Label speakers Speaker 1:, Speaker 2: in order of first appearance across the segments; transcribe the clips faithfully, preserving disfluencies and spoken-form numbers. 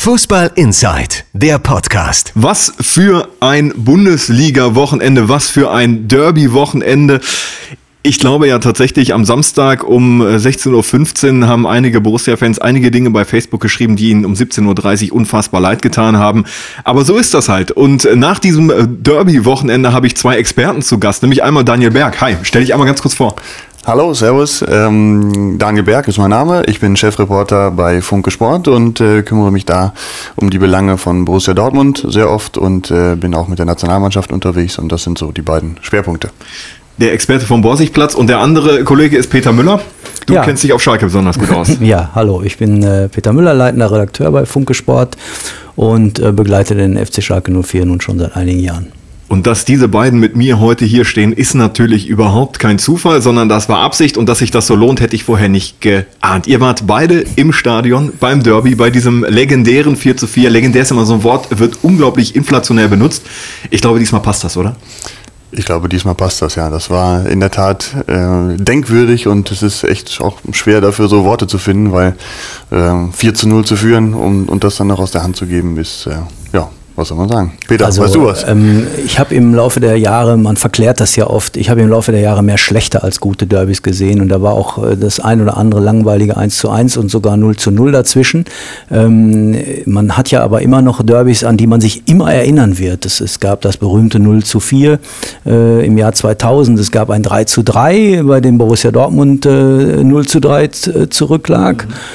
Speaker 1: Fußball Insight, der Podcast.
Speaker 2: Was für ein Bundesliga-Wochenende, was für ein Derby-Wochenende. Ich glaube ja tatsächlich, am Samstag um sechzehn Uhr fünfzehn haben einige Borussia-Fans einige Dinge bei Facebook geschrieben, die ihnen um siebzehn Uhr dreißig unfassbar leid getan haben. Aber so ist das halt. Und nach diesem Derby-Wochenende habe ich zwei Experten zu Gast, nämlich einmal Daniel Berg. Hi, stell dich einmal ganz kurz vor.
Speaker 3: Hallo, servus. Ähm, Daniel Berg ist mein Name. Ich bin Chefreporter bei Funke Sport und äh, kümmere mich da um die Belange von Borussia Dortmund sehr oft und äh, bin auch mit der Nationalmannschaft unterwegs und das sind so die beiden Schwerpunkte.
Speaker 2: Der Experte vom Borsigplatz und der andere Kollege ist Peter Müller. Du ja. kennst dich auf Schalke besonders gut aus.
Speaker 4: Ja, hallo, ich bin äh, Peter Müller, leitender Redakteur bei Funke Sport und äh, begleite den F C Schalke null vier nun schon seit einigen Jahren.
Speaker 2: Und dass diese beiden mit mir heute hier stehen, ist natürlich überhaupt kein Zufall, sondern das war Absicht und dass sich das so lohnt, hätte ich vorher nicht geahnt. Ihr wart beide im Stadion beim Derby, bei diesem legendären vier zu vier. Legendär ist immer so ein Wort, wird unglaublich inflationär benutzt. Ich glaube, diesmal passt das, oder?
Speaker 3: Ich glaube, diesmal passt das, ja. Das war in der Tat äh, denkwürdig und es ist echt auch schwer dafür so Worte zu finden, weil äh, vier zu null zu führen und, und das dann noch aus der Hand zu geben, ist, äh, ja, was soll man sagen? Peter,
Speaker 4: also,
Speaker 3: weißt du was?
Speaker 4: Ähm, ich habe im Laufe der Jahre, man verklärt das ja oft, ich habe im Laufe der Jahre mehr schlechte als gute Derbys gesehen und da war auch äh, das ein oder andere langweilige eins zu eins und sogar null zu null dazwischen. Ähm, man hat ja aber immer noch Derbys, an die man sich immer erinnern wird. Es, es gab das berühmte null zu vier äh, im Jahr zweitausend, es gab ein drei zu drei, bei dem Borussia Dortmund äh, null zu drei äh, zurücklag. Mhm.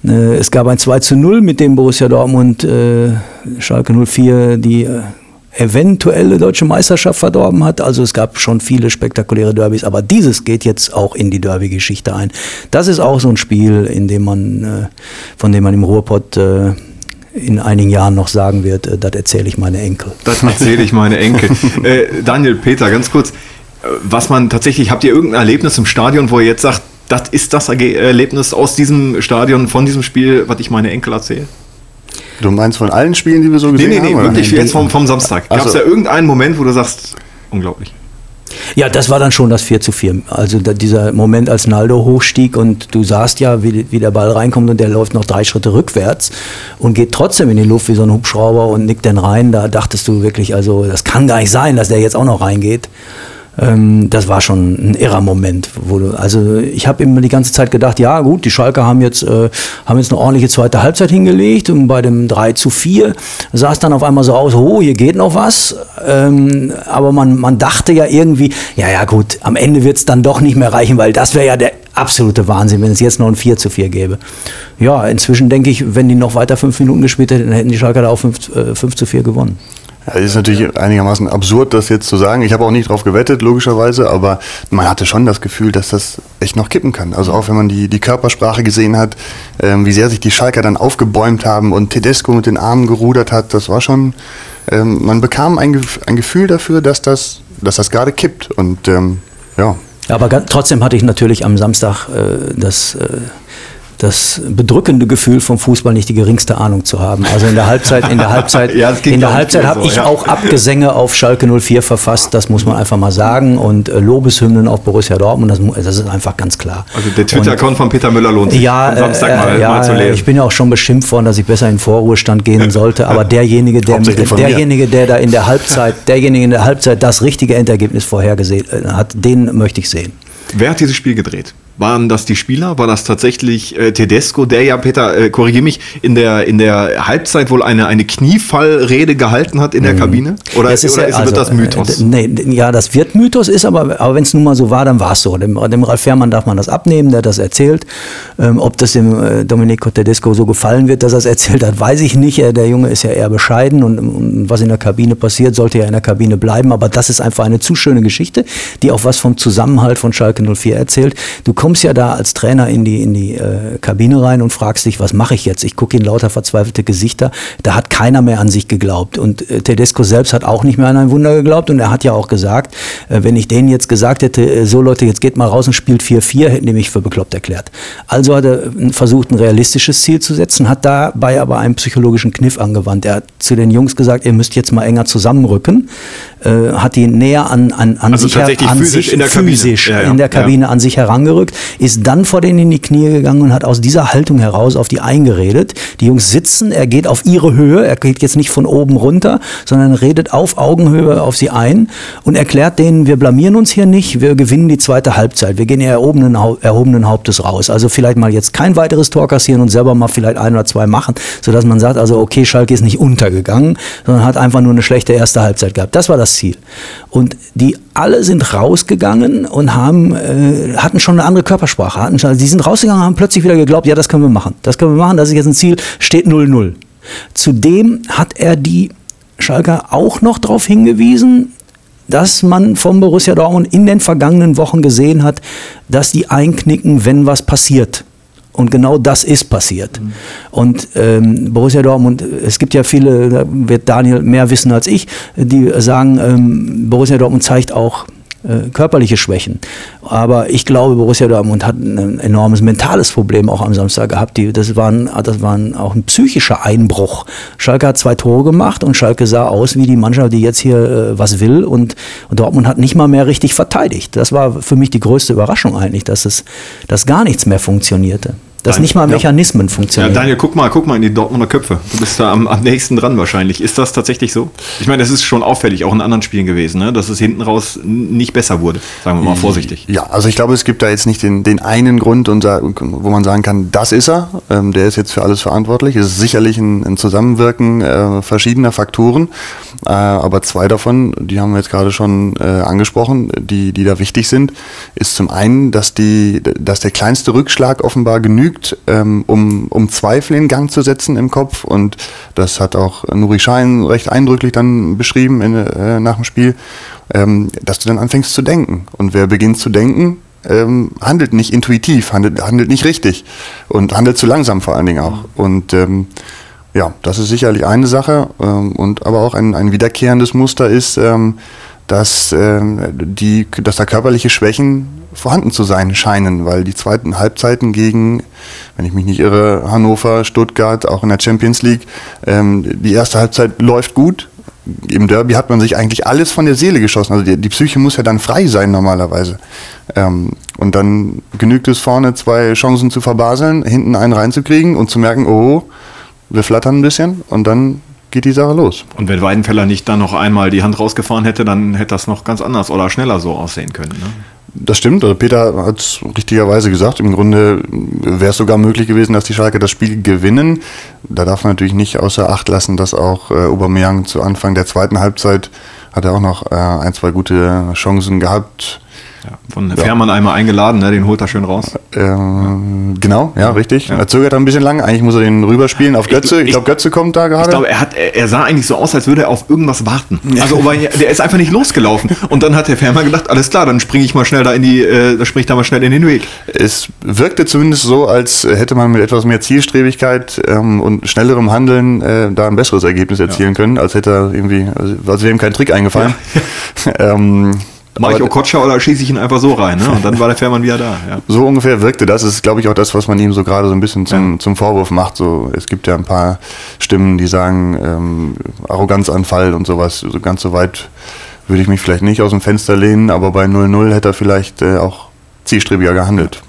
Speaker 4: Es gab ein zwei zu null, mit dem Borussia Dortmund äh, Schalke null vier die äh, eventuelle deutsche Meisterschaft verdorben hat. Also es gab schon viele spektakuläre Derbys, aber dieses geht jetzt auch in die Derby-Geschichte ein. Das ist auch so ein Spiel, in dem man, äh, von dem man im Ruhrpott äh, in einigen Jahren noch sagen wird, äh, das erzähle ich meine Enkel.
Speaker 2: Das erzähle ich meine Enkel. äh, Daniel, Peter, ganz kurz, was man tatsächlich, habt ihr irgendein Erlebnis im Stadion, wo ihr jetzt sagt, das ist das Erlebnis aus diesem Stadion, von diesem Spiel, was ich meine Enkel erzähle?
Speaker 3: Du meinst von allen Spielen, die wir so gesehen
Speaker 2: nee, nee, nee,
Speaker 3: haben?
Speaker 2: Nee, nee, wirklich jetzt vom, vom Samstag. Gab es
Speaker 3: also.
Speaker 2: da irgendeinen Moment, wo du sagst, unglaublich?
Speaker 4: Ja, das war dann schon das vier zu vier. Also da, dieser Moment, als Naldo hochstieg und du sahst ja, wie, wie der Ball reinkommt und der läuft noch drei Schritte rückwärts und geht trotzdem in die Luft wie so ein Hubschrauber und nickt dann rein. Da dachtest du wirklich, also das kann gar nicht sein, dass der jetzt auch noch reingeht. Das war schon ein irrer Moment. Wo du, also ich habe immer die ganze Zeit gedacht, ja gut, die Schalker haben jetzt, äh, haben jetzt eine ordentliche zweite Halbzeit hingelegt und bei dem drei zu vier sah es dann auf einmal so aus, oh, hier geht noch was. Ähm, aber man, man dachte ja irgendwie, ja ja gut, am Ende wird es dann doch nicht mehr reichen, weil das wäre ja der absolute Wahnsinn, wenn es jetzt noch ein vier zu vier gäbe. Ja, inzwischen denke ich, wenn die noch weiter fünf Minuten gespielt hätten, dann hätten die Schalker da auch fünf zu vier gewonnen.
Speaker 3: Ja, es ist natürlich einigermaßen absurd, das jetzt zu sagen. Ich habe auch nicht drauf gewettet, logischerweise, aber man hatte schon das Gefühl, dass das echt noch kippen kann. Also auch wenn man die, die Körpersprache gesehen hat, ähm, wie sehr sich die Schalker dann aufgebäumt haben und Tedesco mit den Armen gerudert hat, das war schon, ähm, man bekam ein, ein Gefühl dafür, dass das, dass das gerade kippt und ähm, ja.
Speaker 4: Aber ganz, trotzdem hatte ich natürlich am Samstag äh, das... Äh das bedrückende Gefühl vom Fußball nicht die geringste Ahnung zu haben. Also in der Halbzeit, in der Halbzeit, ja, in der Halbzeit habe so, ich ja. auch Abgesänge auf Schalke null vier verfasst, das muss man einfach mal sagen und äh, Lobeshymnen auf Borussia Dortmund, das, das ist einfach ganz klar.
Speaker 2: Also der Twitter-Account von Peter Müller lohnt sich,
Speaker 4: ja, Samstag mal, äh, ja, mal zu lesen. Ich bin ja auch schon beschimpft worden, dass ich besser in Vorruhestand gehen sollte, aber derjenige, der, derjenige, der da in der Halbzeit, derjenige in der Halbzeit das richtige Endergebnis vorhergesehen hat, den möchte ich sehen.
Speaker 2: Wer hat dieses Spiel gedreht? Waren das die Spieler? War das tatsächlich äh, Tedesco, der ja, Peter, äh, korrigiere mich, in der, in der Halbzeit wohl eine, eine Kniefallrede gehalten hat in der Kabine? Oder, ist, oder ist, ja, also, wird das Mythos?
Speaker 4: Äh, nee, ja, das wird Mythos, ist aber, aber wenn es nun mal so war, dann war es so. Dem, dem Ralf Fährmann darf man das abnehmen, der hat das erzählt. Ähm, ob das dem äh, Domenico Tedesco so gefallen wird, dass er es erzählt hat, weiß ich nicht. Der Junge ist ja eher bescheiden und, und was in der Kabine passiert, sollte ja in der Kabine bleiben. Aber das ist einfach eine zu schöne Geschichte, die auch was vom Zusammenhalt von Schalke null vier erzählt. Du kommst ja da als Trainer in die, in die äh, Kabine rein und fragst dich, was mache ich jetzt? Ich gucke in lauter verzweifelte Gesichter. Da hat keiner mehr an sich geglaubt. Und äh, Tedesco selbst hat auch nicht mehr an ein Wunder geglaubt. Und er hat ja auch gesagt, äh, wenn ich denen jetzt gesagt hätte, äh, so Leute, jetzt geht mal raus und spielt vier vier, hätten die mich für bekloppt erklärt. Also hat er versucht, ein realistisches Ziel zu setzen, hat dabei aber einen psychologischen Kniff angewandt. Er hat zu den Jungs gesagt, ihr müsst jetzt mal enger zusammenrücken. Äh, hat die näher an, an, an
Speaker 2: also
Speaker 4: sich, her, an
Speaker 2: physisch,
Speaker 4: sich
Speaker 2: in der Kabine,
Speaker 4: physisch
Speaker 2: ja, ja.
Speaker 4: in der Kabine
Speaker 2: ja.
Speaker 4: an sich herangerückt. ist dann vor denen in die Knie gegangen und hat aus dieser Haltung heraus auf die eingeredet. Die Jungs sitzen, er geht auf ihre Höhe, er geht jetzt nicht von oben runter, sondern redet auf Augenhöhe auf sie ein und erklärt denen, wir blamieren uns hier nicht, wir gewinnen die zweite Halbzeit, wir gehen erhobenen, erhobenen Hauptes raus. Also vielleicht mal jetzt kein weiteres Tor kassieren und selber mal vielleicht ein oder zwei machen, sodass man sagt, also okay, Schalke ist nicht untergegangen, sondern hat einfach nur eine schlechte erste Halbzeit gehabt. Das war das Ziel. Und die alle sind rausgegangen und haben, äh, hatten schon eine andere Körpersprache. Hatten schon, die sind rausgegangen und haben plötzlich wieder geglaubt, ja, das können wir machen. Das können wir machen, das ist jetzt ein Ziel, steht null null. Zudem hat er die Schalker auch noch darauf hingewiesen, dass man vom Borussia Dortmund in den vergangenen Wochen gesehen hat, dass die einknicken, wenn was passiert. Und genau das ist passiert. Mhm. Und ähm, Borussia Dortmund, es gibt ja viele, da wird Daniel mehr wissen als ich, die sagen, ähm, Borussia Dortmund zeigt auch äh, körperliche Schwächen. Aber ich glaube, Borussia Dortmund hat ein enormes mentales Problem auch am Samstag gehabt. Die, das, waren, das war auch ein psychischer Einbruch. Schalke hat zwei Tore gemacht und Schalke sah aus wie die Mannschaft, die jetzt hier äh, was will. Und, und Dortmund hat nicht mal mehr richtig verteidigt. Das war für mich die größte Überraschung eigentlich, dass es dass gar nichts mehr funktionierte. Dass Daniel, nicht mal Mechanismen ja. funktionieren.
Speaker 2: Ja, Daniel, guck mal, guck mal in die Dortmunder Köpfe. Du bist da am, am nächsten dran wahrscheinlich. Ist das tatsächlich so? Ich meine, das ist schon auffällig, auch in anderen Spielen gewesen, ne? Dass es hinten raus nicht besser wurde. Sagen wir mal vorsichtig.
Speaker 3: Ja, also ich glaube, es gibt da jetzt nicht den, den einen Grund, und wo man sagen kann, das ist er. Ähm, der ist jetzt für alles verantwortlich. Es ist sicherlich ein, ein Zusammenwirken äh, verschiedener Faktoren. Äh, aber zwei davon, die haben wir jetzt gerade schon äh, angesprochen, die, die da wichtig sind, ist zum einen, dass, die, dass der kleinste Rückschlag offenbar genügt, Um, um Zweifel in Gang zu setzen im Kopf, und das hat auch Nuri Sahin recht eindrücklich dann beschrieben in, äh, nach dem Spiel, ähm, dass du dann anfängst zu denken, und wer beginnt zu denken, ähm, handelt nicht intuitiv, handelt, handelt nicht richtig und handelt zu langsam vor allen Dingen auch, und ähm, ja, das ist sicherlich eine Sache, ähm, und aber auch ein, ein wiederkehrendes Muster ist, ähm, dass, ähm, die, dass da körperliche Schwächen vorhanden zu sein scheinen, weil die zweiten Halbzeiten gegen, wenn ich mich nicht irre, Hannover, Stuttgart, auch in der Champions League, ähm, die erste Halbzeit läuft gut. Im Derby hat man sich eigentlich alles von der Seele geschossen. Also die, die Psyche muss ja dann frei sein normalerweise. Ähm, und dann genügt es vorne, zwei Chancen zu verbaseln, hinten einen reinzukriegen und zu merken, oh, wir flattern ein bisschen, und dann geht die Sache los.
Speaker 2: Und wenn Weidenfeller nicht dann noch einmal die Hand rausgefahren hätte, dann hätte das noch ganz anders oder schneller so aussehen können, ne?
Speaker 3: Das stimmt, also Peter hat es richtigerweise gesagt. Im Grunde wäre es sogar möglich gewesen, dass die Schalke das Spiel gewinnen. Da darf man natürlich nicht außer Acht lassen, dass auch äh, Aubameyang zu Anfang der zweiten Halbzeit hat er auch noch äh, ein, zwei gute Chancen gehabt.
Speaker 2: Ja, von ja. Fährmann einmal eingeladen, ne? Den holt er schön raus.
Speaker 3: Ähm, genau, ja, richtig. Ja. Er zögert ein bisschen lang. Eigentlich muss er den rüberspielen auf Götze. Ich, ich, ich glaube, Götze kommt da gerade.
Speaker 2: Ich glaube, er, hat, er, er sah eigentlich so aus, als würde er auf irgendwas warten. Also der ist einfach nicht losgelaufen. Und dann hat der Fährmann gedacht, alles klar, dann springe ich mal schnell da in die, äh, da springe ich da mal schnell in den Weg.
Speaker 3: Es wirkte zumindest so, als hätte man mit etwas mehr Zielstrebigkeit ähm, und schnellerem Handeln äh, da ein besseres Ergebnis erzielen ja. können, als hätte er irgendwie, also, als wäre ihm kein Trick eingefallen. Ja. ähm,
Speaker 2: Mache ich Okocha oder schieße ich ihn einfach so rein, ne? Und dann war der Fährmann wieder da. Ja.
Speaker 3: So ungefähr wirkte das. Das ist, glaube ich, auch das, was man ihm so gerade so ein bisschen zum, ja. zum Vorwurf macht. So, es gibt ja ein paar Stimmen, die sagen, ähm, Arroganzanfall und sowas. So ganz so weit würde ich mich vielleicht nicht aus dem Fenster lehnen, aber bei null null hätte er vielleicht äh, auch zielstrebiger gehandelt.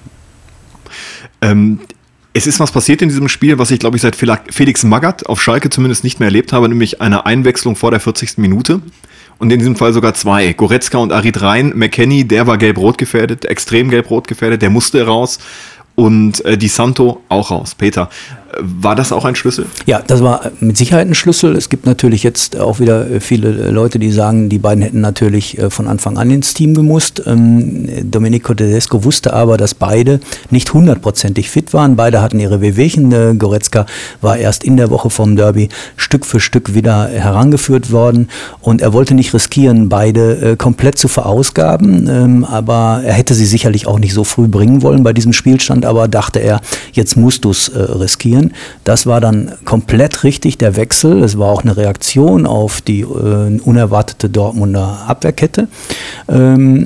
Speaker 2: Ähm, es ist was passiert in diesem Spiel, was ich, glaube ich, seit Felix Magath auf Schalke zumindest nicht mehr erlebt habe, nämlich eine Einwechslung vor der vierzigsten Minute. Und in diesem Fall sogar zwei. Goretzka und Arid Rein. McKennie, der war gelb-rot gefährdet, extrem gelb-rot gefährdet, der musste raus. Und äh, Di Santo auch raus. Peter, war das auch ein Schlüssel?
Speaker 4: Ja, das war mit Sicherheit ein Schlüssel. Es gibt natürlich jetzt auch wieder viele Leute, die sagen, die beiden hätten natürlich von Anfang an ins Team gemusst. Ähm, Domenico Tedesco wusste aber, dass beide nicht hundertprozentig fit waren. Beide hatten ihre Wehwehchen. Äh, Goretzka war erst in der Woche vom Derby Stück für Stück wieder herangeführt worden. Und er wollte nicht riskieren, beide äh, komplett zu verausgaben. Ähm, aber er hätte sie sicherlich auch nicht so früh bringen wollen bei diesem Spielstand. Aber dachte er, jetzt musst du es äh, riskieren. Das war dann komplett richtig, der Wechsel. Es war auch eine Reaktion auf die äh, unerwartete Dortmunder Abwehrkette. Ähm,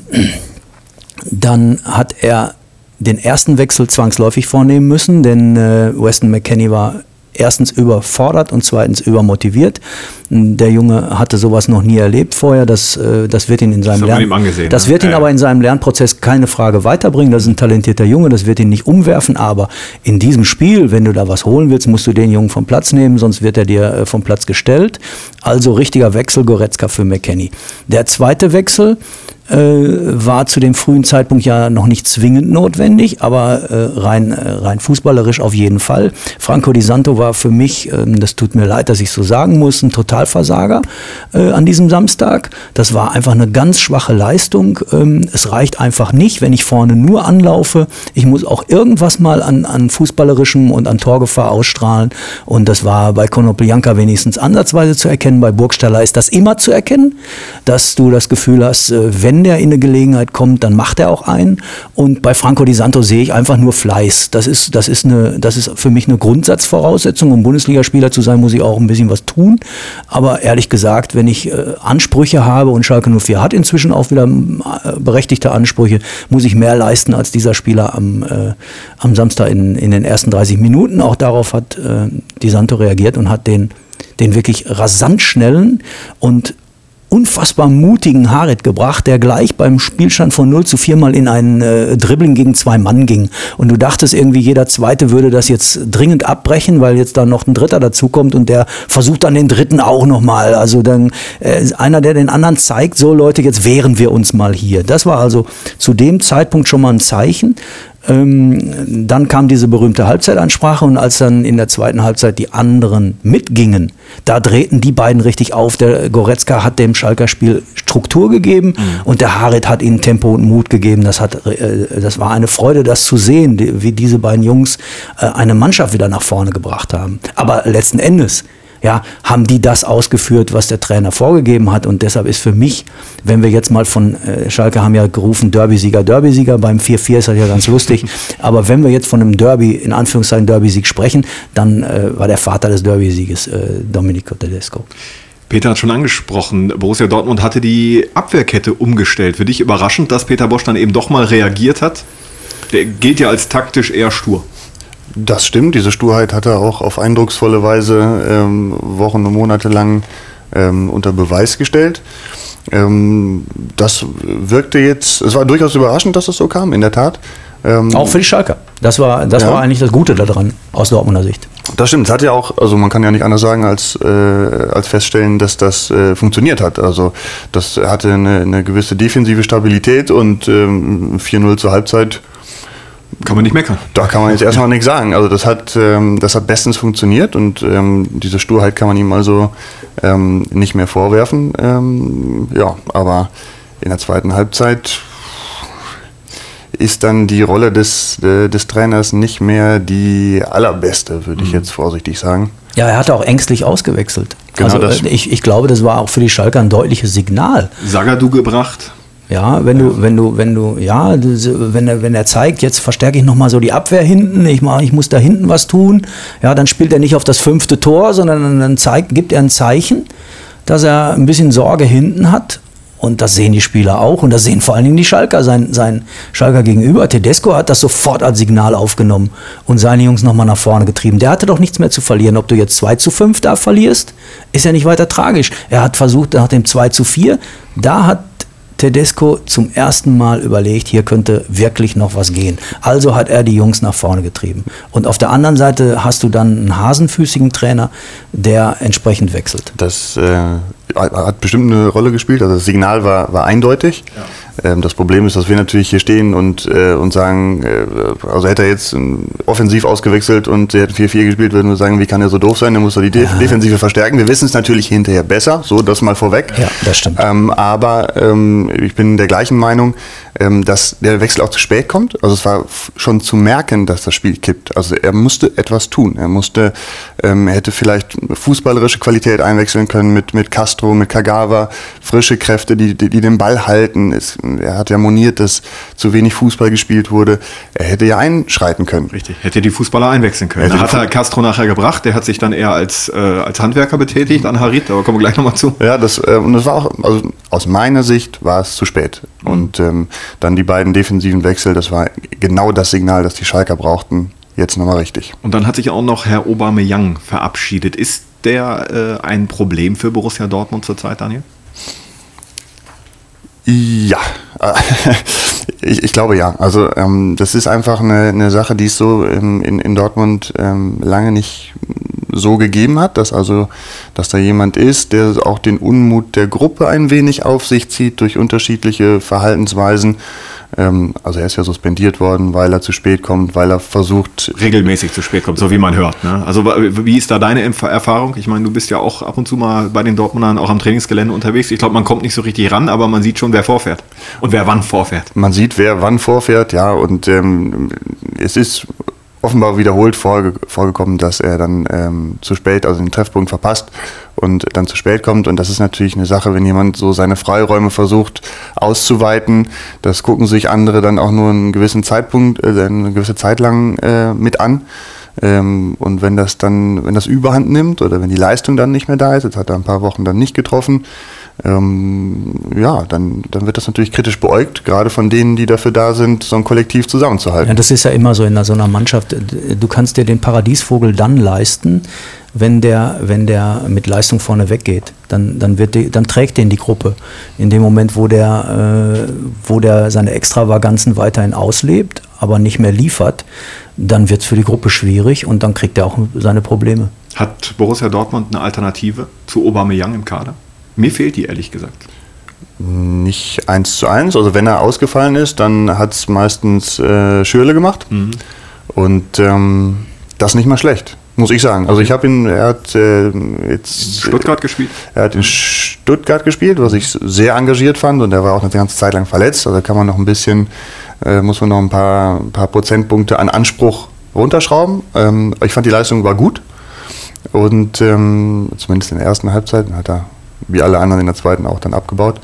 Speaker 4: dann hat er den ersten Wechsel zwangsläufig vornehmen müssen, denn äh, Weston McKennie war erstens überfordert und zweitens übermotiviert. Der Junge hatte sowas noch nie erlebt vorher. Das, das wird ihn in seinem
Speaker 2: das
Speaker 4: Lern-
Speaker 2: ihm angesehen,
Speaker 4: das
Speaker 2: ne?
Speaker 4: wird ihn
Speaker 2: ja.
Speaker 4: aber in seinem Lernprozess keine Frage weiterbringen. Das ist ein talentierter Junge, das wird ihn nicht umwerfen. Aber in diesem Spiel, wenn du da was holen willst, musst du den Jungen vom Platz nehmen, sonst wird er dir vom Platz gestellt. Also richtiger Wechsel, Goretzka für McKennie. Der zweite Wechsel äh, war zu dem frühen Zeitpunkt ja noch nicht zwingend notwendig, aber äh, rein, äh, rein fußballerisch auf jeden Fall. Franco Di Santo war für mich, äh, das tut mir leid, dass ich so sagen muss, ein Totalversager äh, an diesem Samstag. Das war einfach eine ganz schwache Leistung. Ähm, es reicht einfach nicht, wenn ich vorne nur anlaufe. Ich muss auch irgendwas mal an, an fußballerischem und an Torgefahr ausstrahlen. Und das war bei Konoplyanka wenigstens ansatzweise zu erkennen. Bei Burgstaller ist das immer zu erkennen, dass du das Gefühl hast, äh, wenn der in eine Gelegenheit kommt, dann macht er auch einen. Und bei Franco Di Santo sehe ich einfach nur Fleiß. Das ist, das ist, eine, das ist für mich eine Grundsatzvoraussetzung. Um Bundesligaspieler zu sein, muss ich auch ein bisschen was tun. Aber ehrlich gesagt, wenn ich äh, Ansprüche habe, und Schalke null vier hat inzwischen auch wieder äh, berechtigte Ansprüche, muss ich mehr leisten als dieser Spieler am, äh, am Samstag in, in den ersten dreißig Minuten. Auch darauf hat äh, Di Santo reagiert und hat den, den wirklich rasant schnellen und unfassbar mutigen Harit gebracht, der gleich beim Spielstand von null zu vier mal in ein äh, Dribbling gegen zwei Mann ging. Und du dachtest irgendwie, jeder Zweite würde das jetzt dringend abbrechen, weil jetzt da noch ein Dritter dazukommt und der versucht dann den Dritten auch nochmal. Also dann äh, einer, der den anderen zeigt, so Leute, jetzt wehren wir uns mal hier. Das war also zu dem Zeitpunkt schon mal ein Zeichen. Ähm, dann kam diese berühmte Halbzeitansprache und als dann in der zweiten Halbzeit die anderen mitgingen, da drehten die beiden richtig auf. Der Goretzka hat dem Schalker Spiel Struktur gegeben mhm. und der Harit hat ihnen Tempo und Mut gegeben. Das, hat, äh, das war eine Freude, das zu sehen, die, wie diese beiden Jungs äh, eine Mannschaft wieder nach vorne gebracht haben. Aber letzten Endes ja, haben die das ausgeführt, was der Trainer vorgegeben hat. Und deshalb ist für mich, wenn wir jetzt mal von, äh, Schalke haben ja gerufen, Derby-Sieger, Derby-Sieger, beim vier vier ist das ja ganz lustig, aber wenn wir jetzt von einem Derby, in Anführungszeichen Derby-Sieg sprechen, dann äh, war der Vater des Derby-Sieges äh, Domenico Tedesco.
Speaker 2: Peter hat schon angesprochen, Borussia Dortmund hatte die Abwehrkette umgestellt. Für dich überraschend, dass Peter Bosz dann eben doch mal reagiert hat? Der gilt ja als taktisch eher stur.
Speaker 3: Das stimmt, diese Sturheit hat er auch auf eindrucksvolle Weise ähm, Wochen und Monate lang ähm, unter Beweis gestellt. Ähm, das wirkte jetzt, es war durchaus überraschend, dass das so kam, in der Tat. Ähm,
Speaker 4: auch für die Schalker. Das war, das
Speaker 3: ja.
Speaker 4: war eigentlich das Gute daran, aus Dortmunder Sicht.
Speaker 3: Das stimmt, es hat ja auch, also man kann ja nicht anders sagen, als, äh, als feststellen, dass das äh, funktioniert hat. Also das hatte eine, eine gewisse defensive Stabilität und ähm, vier null zur Halbzeit.
Speaker 2: Kann man nicht meckern.
Speaker 3: Da kann man jetzt erstmal nichts sagen. Also das hat, ähm, das hat bestens funktioniert und ähm, diese Sturheit kann man ihm also ähm, nicht mehr vorwerfen. Ähm, ja, aber in der zweiten Halbzeit ist dann die Rolle des, äh, des Trainers nicht mehr die allerbeste, würde ich jetzt vorsichtig sagen.
Speaker 4: Ja, er hat auch ängstlich ausgewechselt.
Speaker 3: Genau
Speaker 4: also
Speaker 3: das.
Speaker 4: ich, ich glaube, das war auch für die Schalker ein deutliches Signal.
Speaker 2: Zagadou gebracht.
Speaker 4: Ja, wenn du, wenn du, wenn du, ja, wenn er, wenn er zeigt, jetzt verstärke ich nochmal so die Abwehr hinten, ich mach, ich muss da hinten was tun, ja, dann spielt er nicht auf das fünfte Tor, sondern dann zeigt, gibt er ein Zeichen, dass er ein bisschen Sorge hinten hat. Und das sehen die Spieler auch und das sehen vor allen Dingen die Schalker, sein, sein Schalker gegenüber. Tedesco hat das sofort als Signal aufgenommen und seine Jungs nochmal nach vorne getrieben. Der hatte doch nichts mehr zu verlieren. Ob du jetzt zwei zu fünf da verlierst, ist ja nicht weiter tragisch. Er hat versucht, nach dem zwei zu vier, da hat Tedesco zum ersten Mal überlegt, hier könnte wirklich noch was gehen. Also hat er die Jungs nach vorne getrieben. Und auf der anderen Seite hast du dann einen hasenfüßigen Trainer, der entsprechend wechselt.
Speaker 3: Das äh, hat bestimmt eine Rolle gespielt. Also das Signal war, war eindeutig. Ja. Ähm, das Problem ist, dass wir natürlich hier stehen und, äh, und sagen, äh, also hätte er jetzt äh, offensiv ausgewechselt und er hätte vier vier gespielt, würden wir sagen, wie kann er so doof sein, dann muss er die De- ja. Defensive verstärken. Wir wissen es natürlich hinterher besser, so das mal vorweg.
Speaker 4: Ja, das stimmt.
Speaker 3: Ähm, aber ähm, ich bin der gleichen Meinung, ähm, dass der Wechsel auch zu spät kommt. Also es war f- schon zu merken, dass das Spiel kippt. Also er musste etwas tun. Er musste, ähm, er hätte vielleicht fußballerische Qualität einwechseln können mit, mit Castro, mit Kagawa, frische Kräfte, die, die, die den Ball halten. Es, er hat ja moniert, dass zu wenig Fußball gespielt wurde. Er hätte ja einschreiten können.
Speaker 2: Richtig, hätte die Fußballer einwechseln können. Da hat er Castro nachher gebracht, der hat sich dann eher als, äh, als Handwerker betätigt an Harit, aber kommen wir gleich nochmal zu.
Speaker 3: Ja, das, äh, und das war auch, also aus meiner Sicht war es zu spät. Mhm. Und ähm, dann die beiden defensiven Wechsel, das war genau das Signal, das die Schalker brauchten. jetzt nochmal richtig.
Speaker 2: Und dann hat sich auch noch Herr Aubameyang verabschiedet. Ist der äh, ein Problem für Borussia Dortmund zurzeit, Daniel?
Speaker 3: Ja, ich, ich glaube ja. Also ähm, das ist einfach eine, eine Sache, die es so ähm, in, in Dortmund ähm, lange nicht so gegeben hat, dass also, dass da jemand ist, der auch den Unmut der Gruppe ein wenig auf sich zieht durch unterschiedliche Verhaltensweisen. Ähm, also er ist ja suspendiert worden, weil er zu spät kommt, weil er versucht...
Speaker 2: Regelmäßig zu spät kommt, so wie man hört. Ne? Also wie ist da deine Erfahrung? Ich meine, du bist ja auch ab und zu mal bei den Dortmundern auch am Trainingsgelände unterwegs. Ich glaube, man kommt nicht so richtig ran, aber man sieht schon, wer vorfährt und wer wann vorfährt.
Speaker 3: Man sieht, wer wann vorfährt, ja, und ähm, es ist offenbar wiederholt vorge- vorgekommen, dass er dann ähm, zu spät, also den Treffpunkt verpasst und dann zu spät kommt. Und das ist natürlich eine Sache, wenn jemand so seine Freiräume versucht auszuweiten. Das gucken sich andere dann auch nur einen gewissen Zeitpunkt, äh, eine gewisse Zeit lang äh, mit an. Ähm, und wenn das dann, wenn das Überhand nimmt oder wenn die Leistung dann nicht mehr da ist, jetzt hat er ein paar Wochen dann nicht getroffen, ähm, ja, dann, dann wird das natürlich kritisch beäugt, gerade von denen, die dafür da sind, so ein Kollektiv zusammenzuhalten.
Speaker 4: Ja, das ist ja immer so in so einer Mannschaft. Du kannst dir den Paradiesvogel dann leisten, wenn der, wenn der mit Leistung vorne weggeht. Dann, dann, wird die, dann trägt den die Gruppe. In dem Moment, wo der, äh, wo der seine Extravaganzen weiterhin auslebt, aber nicht mehr liefert, dann wird es für die Gruppe schwierig und dann kriegt er auch seine Probleme.
Speaker 2: Hat Borussia Dortmund eine Alternative zu Aubameyang im Kader? Mir fehlt die, ehrlich gesagt.
Speaker 3: Nicht eins zu eins. Also wenn er ausgefallen ist, dann hat es meistens äh, Schürrle gemacht. Mhm. Und ähm, das nicht mal schlecht, muss ich sagen. Also ich habe ihn, er hat äh, jetzt...
Speaker 2: In Stuttgart gespielt?
Speaker 3: Er hat in Stuttgart gespielt, was ich sehr engagiert fand. Und er war auch eine ganze Zeit lang verletzt. Also da kann man noch ein bisschen, äh, muss man noch ein paar, ein paar Prozentpunkte an Anspruch runterschrauben. Ähm, ich fand, die Leistung war gut. Und ähm, zumindest in der ersten Halbzeit hat er, wie alle anderen in der zweiten, auch dann abgebaut.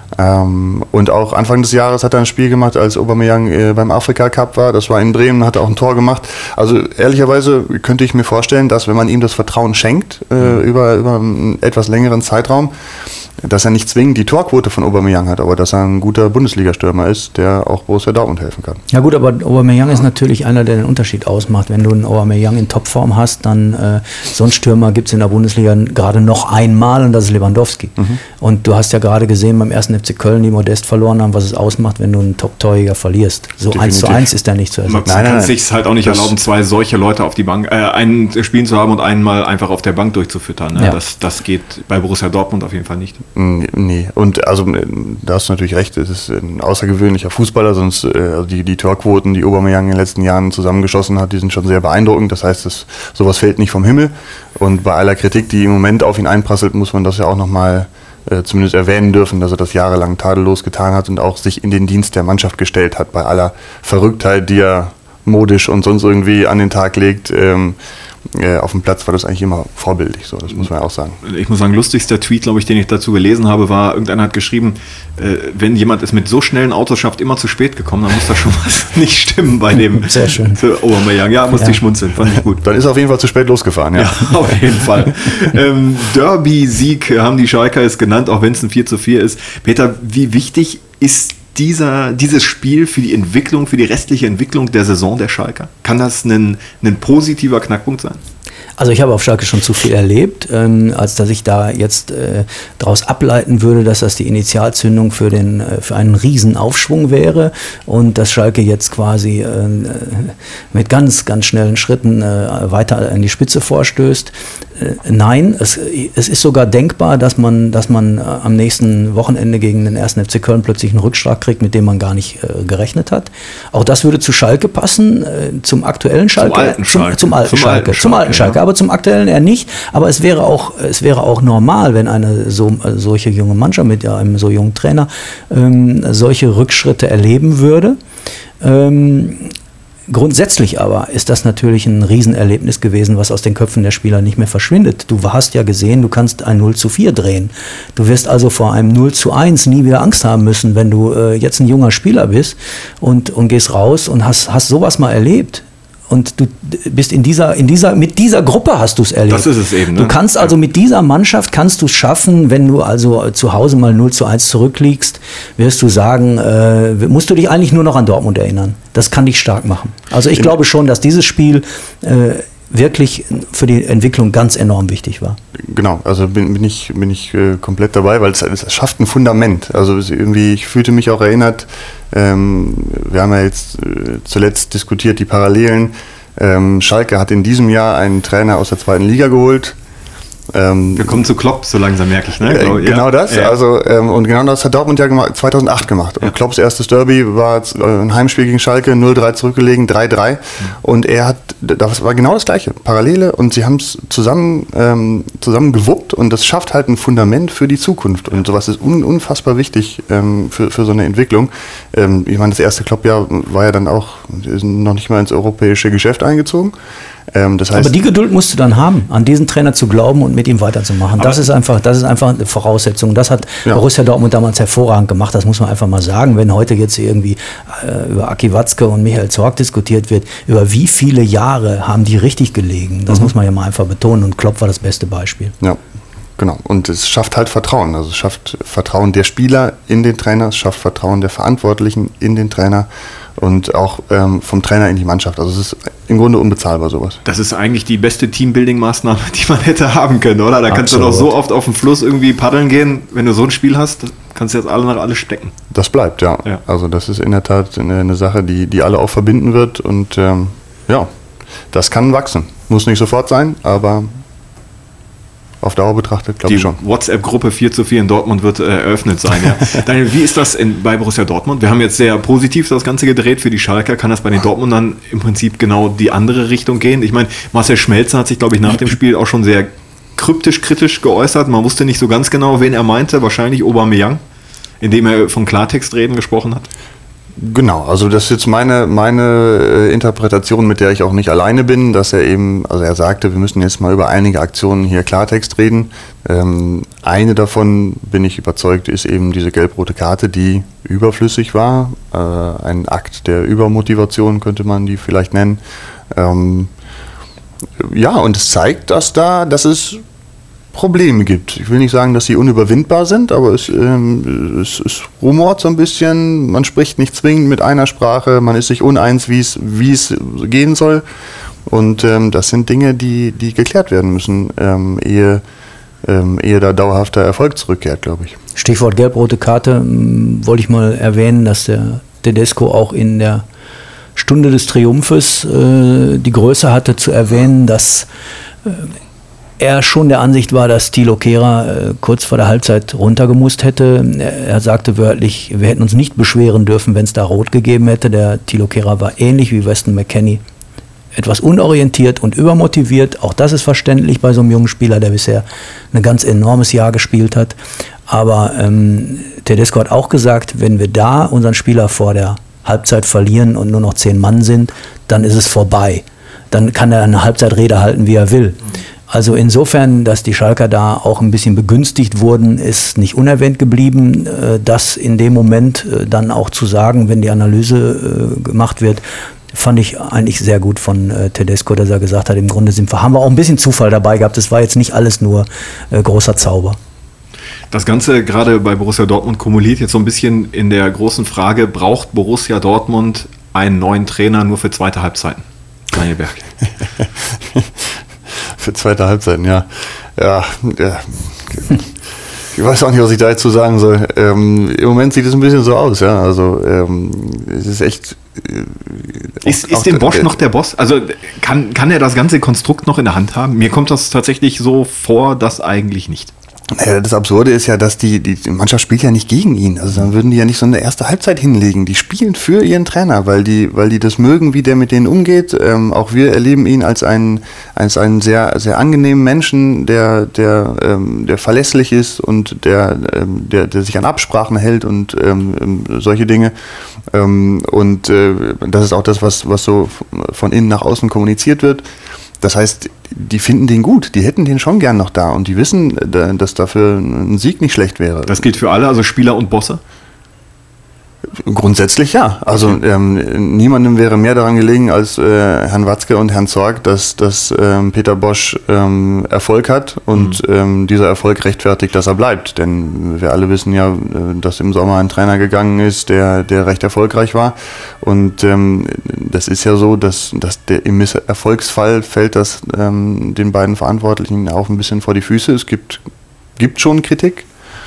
Speaker 3: Ähm, und auch Anfang des Jahres hat er ein Spiel gemacht, als Aubameyang äh, beim Afrika Cup war. Das war in Bremen, hat er auch ein Tor gemacht. Also ehrlicherweise könnte ich mir vorstellen, dass wenn man ihm das Vertrauen schenkt, äh, mhm. über, über einen etwas längeren Zeitraum, dass er nicht zwingend die Torquote von Aubameyang hat, aber dass er ein guter Bundesliga-Stürmer ist, der auch Borussia Dortmund helfen kann.
Speaker 4: Ja gut, aber Aubameyang ist natürlich einer, der den Unterschied ausmacht. Wenn du einen Aubameyang in Topform hast, dann äh, so einen Stürmer gibt es in der Bundesliga gerade noch einmal und das ist Lewandowski. Mhm. Und du hast ja gerade gesehen beim ersten F C Köln, die Modest verloren haben, was es ausmacht, wenn du einen Top-Torjäger verlierst. So
Speaker 3: Definitiv.
Speaker 4: eins zu eins ist der nicht zu ersetzen.
Speaker 2: Man kann es sich halt auch nicht das erlauben, zwei solche Leute auf die Bank, äh, einen spielen zu haben und einen mal einfach auf der Bank durchzufüttern. Ne? Ja. Das, das geht bei Borussia Dortmund auf jeden Fall nicht.
Speaker 3: Nee. Und also da hast du natürlich recht, es ist ein außergewöhnlicher Fußballer, sonst äh, die, die Torquoten, die Aubameyang in den letzten Jahren zusammengeschossen hat, die sind schon sehr beeindruckend. Das heißt, das, sowas fällt nicht vom Himmel. Und bei aller Kritik, die im Moment auf ihn einprasselt, muss man das ja auch nochmal äh, zumindest erwähnen dürfen, dass er das jahrelang tadellos getan hat und auch sich in den Dienst der Mannschaft gestellt hat, bei aller Verrücktheit, die er modisch und sonst irgendwie an den Tag legt. Ähm, Äh, auf dem Platz war das eigentlich immer vorbildlich, so, das muss man ja auch sagen.
Speaker 2: Ich muss sagen, lustigster Tweet, glaube ich, den ich dazu gelesen habe, war, irgendeiner hat geschrieben, äh, wenn jemand es mit so schnellen Autos schafft, immer zu spät gekommen, dann muss da schon was nicht stimmen bei dem.
Speaker 4: Sehr schön.
Speaker 2: Aubameyang. Ja, musste
Speaker 4: ja.
Speaker 2: ich schmunzeln, fand ich gut.
Speaker 3: Dann ist er auf jeden Fall zu spät losgefahren, ja.
Speaker 2: Ja, auf jeden Fall. ähm, Derby-Sieg haben die Schalker es genannt, auch wenn es ein vier zu vier ist. Peter, wie wichtig ist Dieser, dieses Spiel für die Entwicklung, für die restliche Entwicklung der Saison der Schalker? Kann das ein, ein positiver Knackpunkt sein?
Speaker 4: Also ich habe auf Schalke schon zu viel erlebt, ähm, als dass ich da jetzt äh, daraus ableiten würde, dass das die Initialzündung für, den, äh, für einen riesen Aufschwung wäre und dass Schalke jetzt quasi äh, mit ganz, ganz schnellen Schritten äh, weiter an die Spitze vorstößt. Äh, nein, es, es ist sogar denkbar, dass man, dass man äh, am nächsten Wochenende gegen den ersten F C Köln plötzlich einen Rückschlag kriegt, mit dem man gar nicht äh, gerechnet hat. Auch das würde zu Schalke passen, äh, zum aktuellen Schalke.
Speaker 2: Zum alten Schalke.
Speaker 4: Zum, zum alten
Speaker 2: zum
Speaker 4: Schalke.
Speaker 2: Alten
Speaker 4: zum alten Schalke.
Speaker 2: Ja.
Speaker 4: Aber zum aktuellen eher nicht. Aber es wäre auch, es wäre auch normal, wenn eine so, äh, solche junge Mannschaft mit einem so jungen Trainer ähm, solche Rückschritte erleben würde. Ähm, Grundsätzlich aber ist das natürlich ein Riesenerlebnis gewesen, was aus den Köpfen der Spieler nicht mehr verschwindet. Du hast ja gesehen, du kannst ein null zu vier drehen. Du wirst also vor einem null zu eins nie wieder Angst haben müssen, wenn du äh, jetzt ein junger Spieler bist und, und gehst raus und hast, hast sowas mal erlebt. und du bist in dieser, in dieser, mit dieser Gruppe hast du es erlebt.
Speaker 2: Das ist es eben. Ne?
Speaker 4: Du kannst also mit dieser Mannschaft, kannst du es schaffen, wenn du also zu Hause mal null zu eins zurückliegst, wirst du sagen, äh, musst du dich eigentlich nur noch an Dortmund erinnern. Das kann dich stark machen. Also ich glaube schon, dass dieses Spiel äh, wirklich für die Entwicklung ganz enorm wichtig war.
Speaker 3: Genau, also bin, bin ich, bin ich äh, komplett dabei, weil es, es schafft ein Fundament. Also es irgendwie, ich fühlte mich auch erinnert, ähm, wir haben ja jetzt äh, zuletzt diskutiert die Parallelen. Ähm, Schalke hat in diesem Jahr einen Trainer aus der zweiten Liga geholt. Ähm,
Speaker 2: Wir kommen zu Klopp, so langsam merke ich. Ne?
Speaker 3: Äh, genau ja. das, ja. also ähm, und genau das hat Dortmund ja gemacht, zweitausendacht gemacht. Und ja. Klopps erstes Derby war ein Heimspiel gegen Schalke, null drei zurückgelegen, drei drei. Mhm. Und er hat, das war genau das Gleiche, Parallele. Und sie haben es zusammen, ähm, zusammen gewuppt und das schafft halt ein Fundament für die Zukunft. Und sowas ist un, unfassbar wichtig ähm, für, für so eine Entwicklung. Ähm, ich meine, das erste Klopp-Jahr war ja dann auch noch nicht mal ins europäische Geschäft eingezogen. Ähm, das heißt,
Speaker 4: aber die Geduld musst du dann haben, an diesen Trainer zu glauben und mit ihm weiterzumachen. Das ist einfach, das ist einfach eine Voraussetzung. Das hat ja. Borussia Dortmund damals hervorragend gemacht. Das muss man einfach mal sagen. Wenn heute jetzt irgendwie äh, über Aki Watzke und Michael Zorc diskutiert wird, über wie viele Jahre haben die richtig gelegen? Das mhm. muss man ja mal einfach betonen. Und Klopp war das beste Beispiel.
Speaker 3: Ja. Genau, und es schafft halt Vertrauen. Also es schafft Vertrauen der Spieler in den Trainer, es schafft Vertrauen der Verantwortlichen in den Trainer und auch ähm, vom Trainer in die Mannschaft. Also es ist im Grunde unbezahlbar sowas.
Speaker 2: Das ist eigentlich die beste Teambuilding-Maßnahme, die man hätte haben können, oder? Da Absolut. Kannst du doch so oft auf dem Fluss irgendwie paddeln gehen. Wenn du so ein Spiel hast, kannst du jetzt alle nach alles stecken.
Speaker 3: Das bleibt, ja. ja. Also das ist in der Tat eine, eine Sache, die, die alle auch verbinden wird und ähm, ja, das kann wachsen. Muss nicht sofort sein, aber auf Dauer betrachtet, glaube ich schon.
Speaker 2: Die WhatsApp-Gruppe vier zu vier in Dortmund wird äh, eröffnet sein. Ja. Daniel, wie ist das in, bei Borussia Dortmund? Wir haben jetzt sehr positiv das Ganze gedreht für die Schalker. Kann das bei den Dortmundern im Prinzip genau die andere Richtung gehen? Ich meine, Marcel Schmelzer hat sich, glaube ich, nach dem Spiel auch schon sehr kryptisch, kritisch geäußert. Man wusste nicht so ganz genau, wen er meinte. Wahrscheinlich Aubameyang, indem er von Klartextreden gesprochen hat.
Speaker 3: Genau, also das ist jetzt meine, meine Interpretation, mit der ich auch nicht alleine bin, dass er eben, also er sagte, wir müssen jetzt mal über einige Aktionen hier Klartext reden. Ähm, eine davon, bin ich überzeugt, ist eben diese gelb-rote Karte, die überflüssig war. Äh, ein Akt der Übermotivation könnte man die vielleicht nennen. Ähm, ja, und es zeigt, dass da, dass es Probleme gibt. Ich will nicht sagen, dass sie unüberwindbar sind, aber es, ähm, es, es rumort so ein bisschen, man spricht nicht zwingend mit einer Sprache, man ist sich uneins, wie es wie es gehen soll und ähm, das sind Dinge, die, die geklärt werden müssen, ähm, ehe, ähm, ehe da dauerhafter Erfolg zurückkehrt, glaube ich.
Speaker 4: Stichwort gelb-rote Karte, ähm, wollte ich mal erwähnen, dass der Tedesco auch in der Stunde des Triumphes äh, die Größe hatte zu erwähnen, dass äh, er schon der Ansicht war, dass Thilo Kehrer äh, kurz vor der Halbzeit runtergemusst hätte. Er, er sagte wörtlich, wir hätten uns nicht beschweren dürfen, wenn es da rot gegeben hätte. Der Thilo Kehrer war ähnlich wie Weston McKennie etwas unorientiert und übermotiviert. Auch das ist verständlich bei so einem jungen Spieler, der bisher ein ganz enormes Jahr gespielt hat. Aber ähm, Tedesco hat auch gesagt, wenn wir da unseren Spieler vor der Halbzeit verlieren und nur noch zehn Mann sind, dann ist es vorbei. Dann kann er eine Halbzeitrede halten, wie er will. Also insofern, dass die Schalker da auch ein bisschen begünstigt wurden, ist nicht unerwähnt geblieben. Das in dem Moment dann auch zu sagen, wenn die Analyse gemacht wird, fand ich eigentlich sehr gut von Tedesco, dass er gesagt hat, im Grunde sind wir, haben wir auch ein bisschen Zufall dabei gehabt. Es war jetzt nicht alles nur großer Zauber.
Speaker 2: Das Ganze gerade bei Borussia Dortmund kumuliert jetzt so ein bisschen in der großen Frage, braucht Borussia Dortmund einen neuen Trainer nur für zweite Halbzeiten? Daniel Berg.
Speaker 3: Für zweite Halbzeiten, ja. Ja, ja. Ich weiß auch nicht, was ich da jetzt zu sagen soll. Ähm, Im Moment sieht es ein bisschen so aus, ja. Also ähm, es ist echt.
Speaker 2: Äh, ist ist dem Bosch äh, noch der Boss? Also kann, kann er das ganze Konstrukt noch in der Hand haben? Mir kommt das tatsächlich so vor, dass eigentlich nicht.
Speaker 3: Das Absurde ist ja, dass die, die Mannschaft spielt ja nicht gegen ihn. Also dann würden die ja nicht so eine erste Halbzeit hinlegen. Die spielen für ihren Trainer, weil die, weil die das mögen, wie der mit denen umgeht. Ähm, auch wir erleben ihn als einen, als einen sehr, sehr angenehmen Menschen, der, der, ähm, der verlässlich ist und der, ähm, der, der sich an Absprachen hält und ähm, solche Dinge. Ähm, und äh, das ist auch das, was, was so von innen nach außen kommuniziert wird. Das heißt, die finden den gut, die hätten den schon gern noch da und die wissen, dass dafür ein Sieg nicht schlecht wäre.
Speaker 2: Das gilt für alle, also Spieler und Bosse?
Speaker 3: Grundsätzlich ja. Also ähm, niemandem wäre mehr daran gelegen als äh, Herrn Watzke und Herrn Zorc, dass, dass ähm, Peter Bosz ähm, Erfolg hat und mhm. ähm, dieser Erfolg rechtfertigt, dass er bleibt. Denn wir alle wissen ja, dass im Sommer ein Trainer gegangen ist, der, der recht erfolgreich war. Und ähm, das ist ja so, dass, dass der, im Erfolgsfall fällt das ähm, den beiden Verantwortlichen auch ein bisschen vor die Füße. Es gibt, gibt schon Kritik,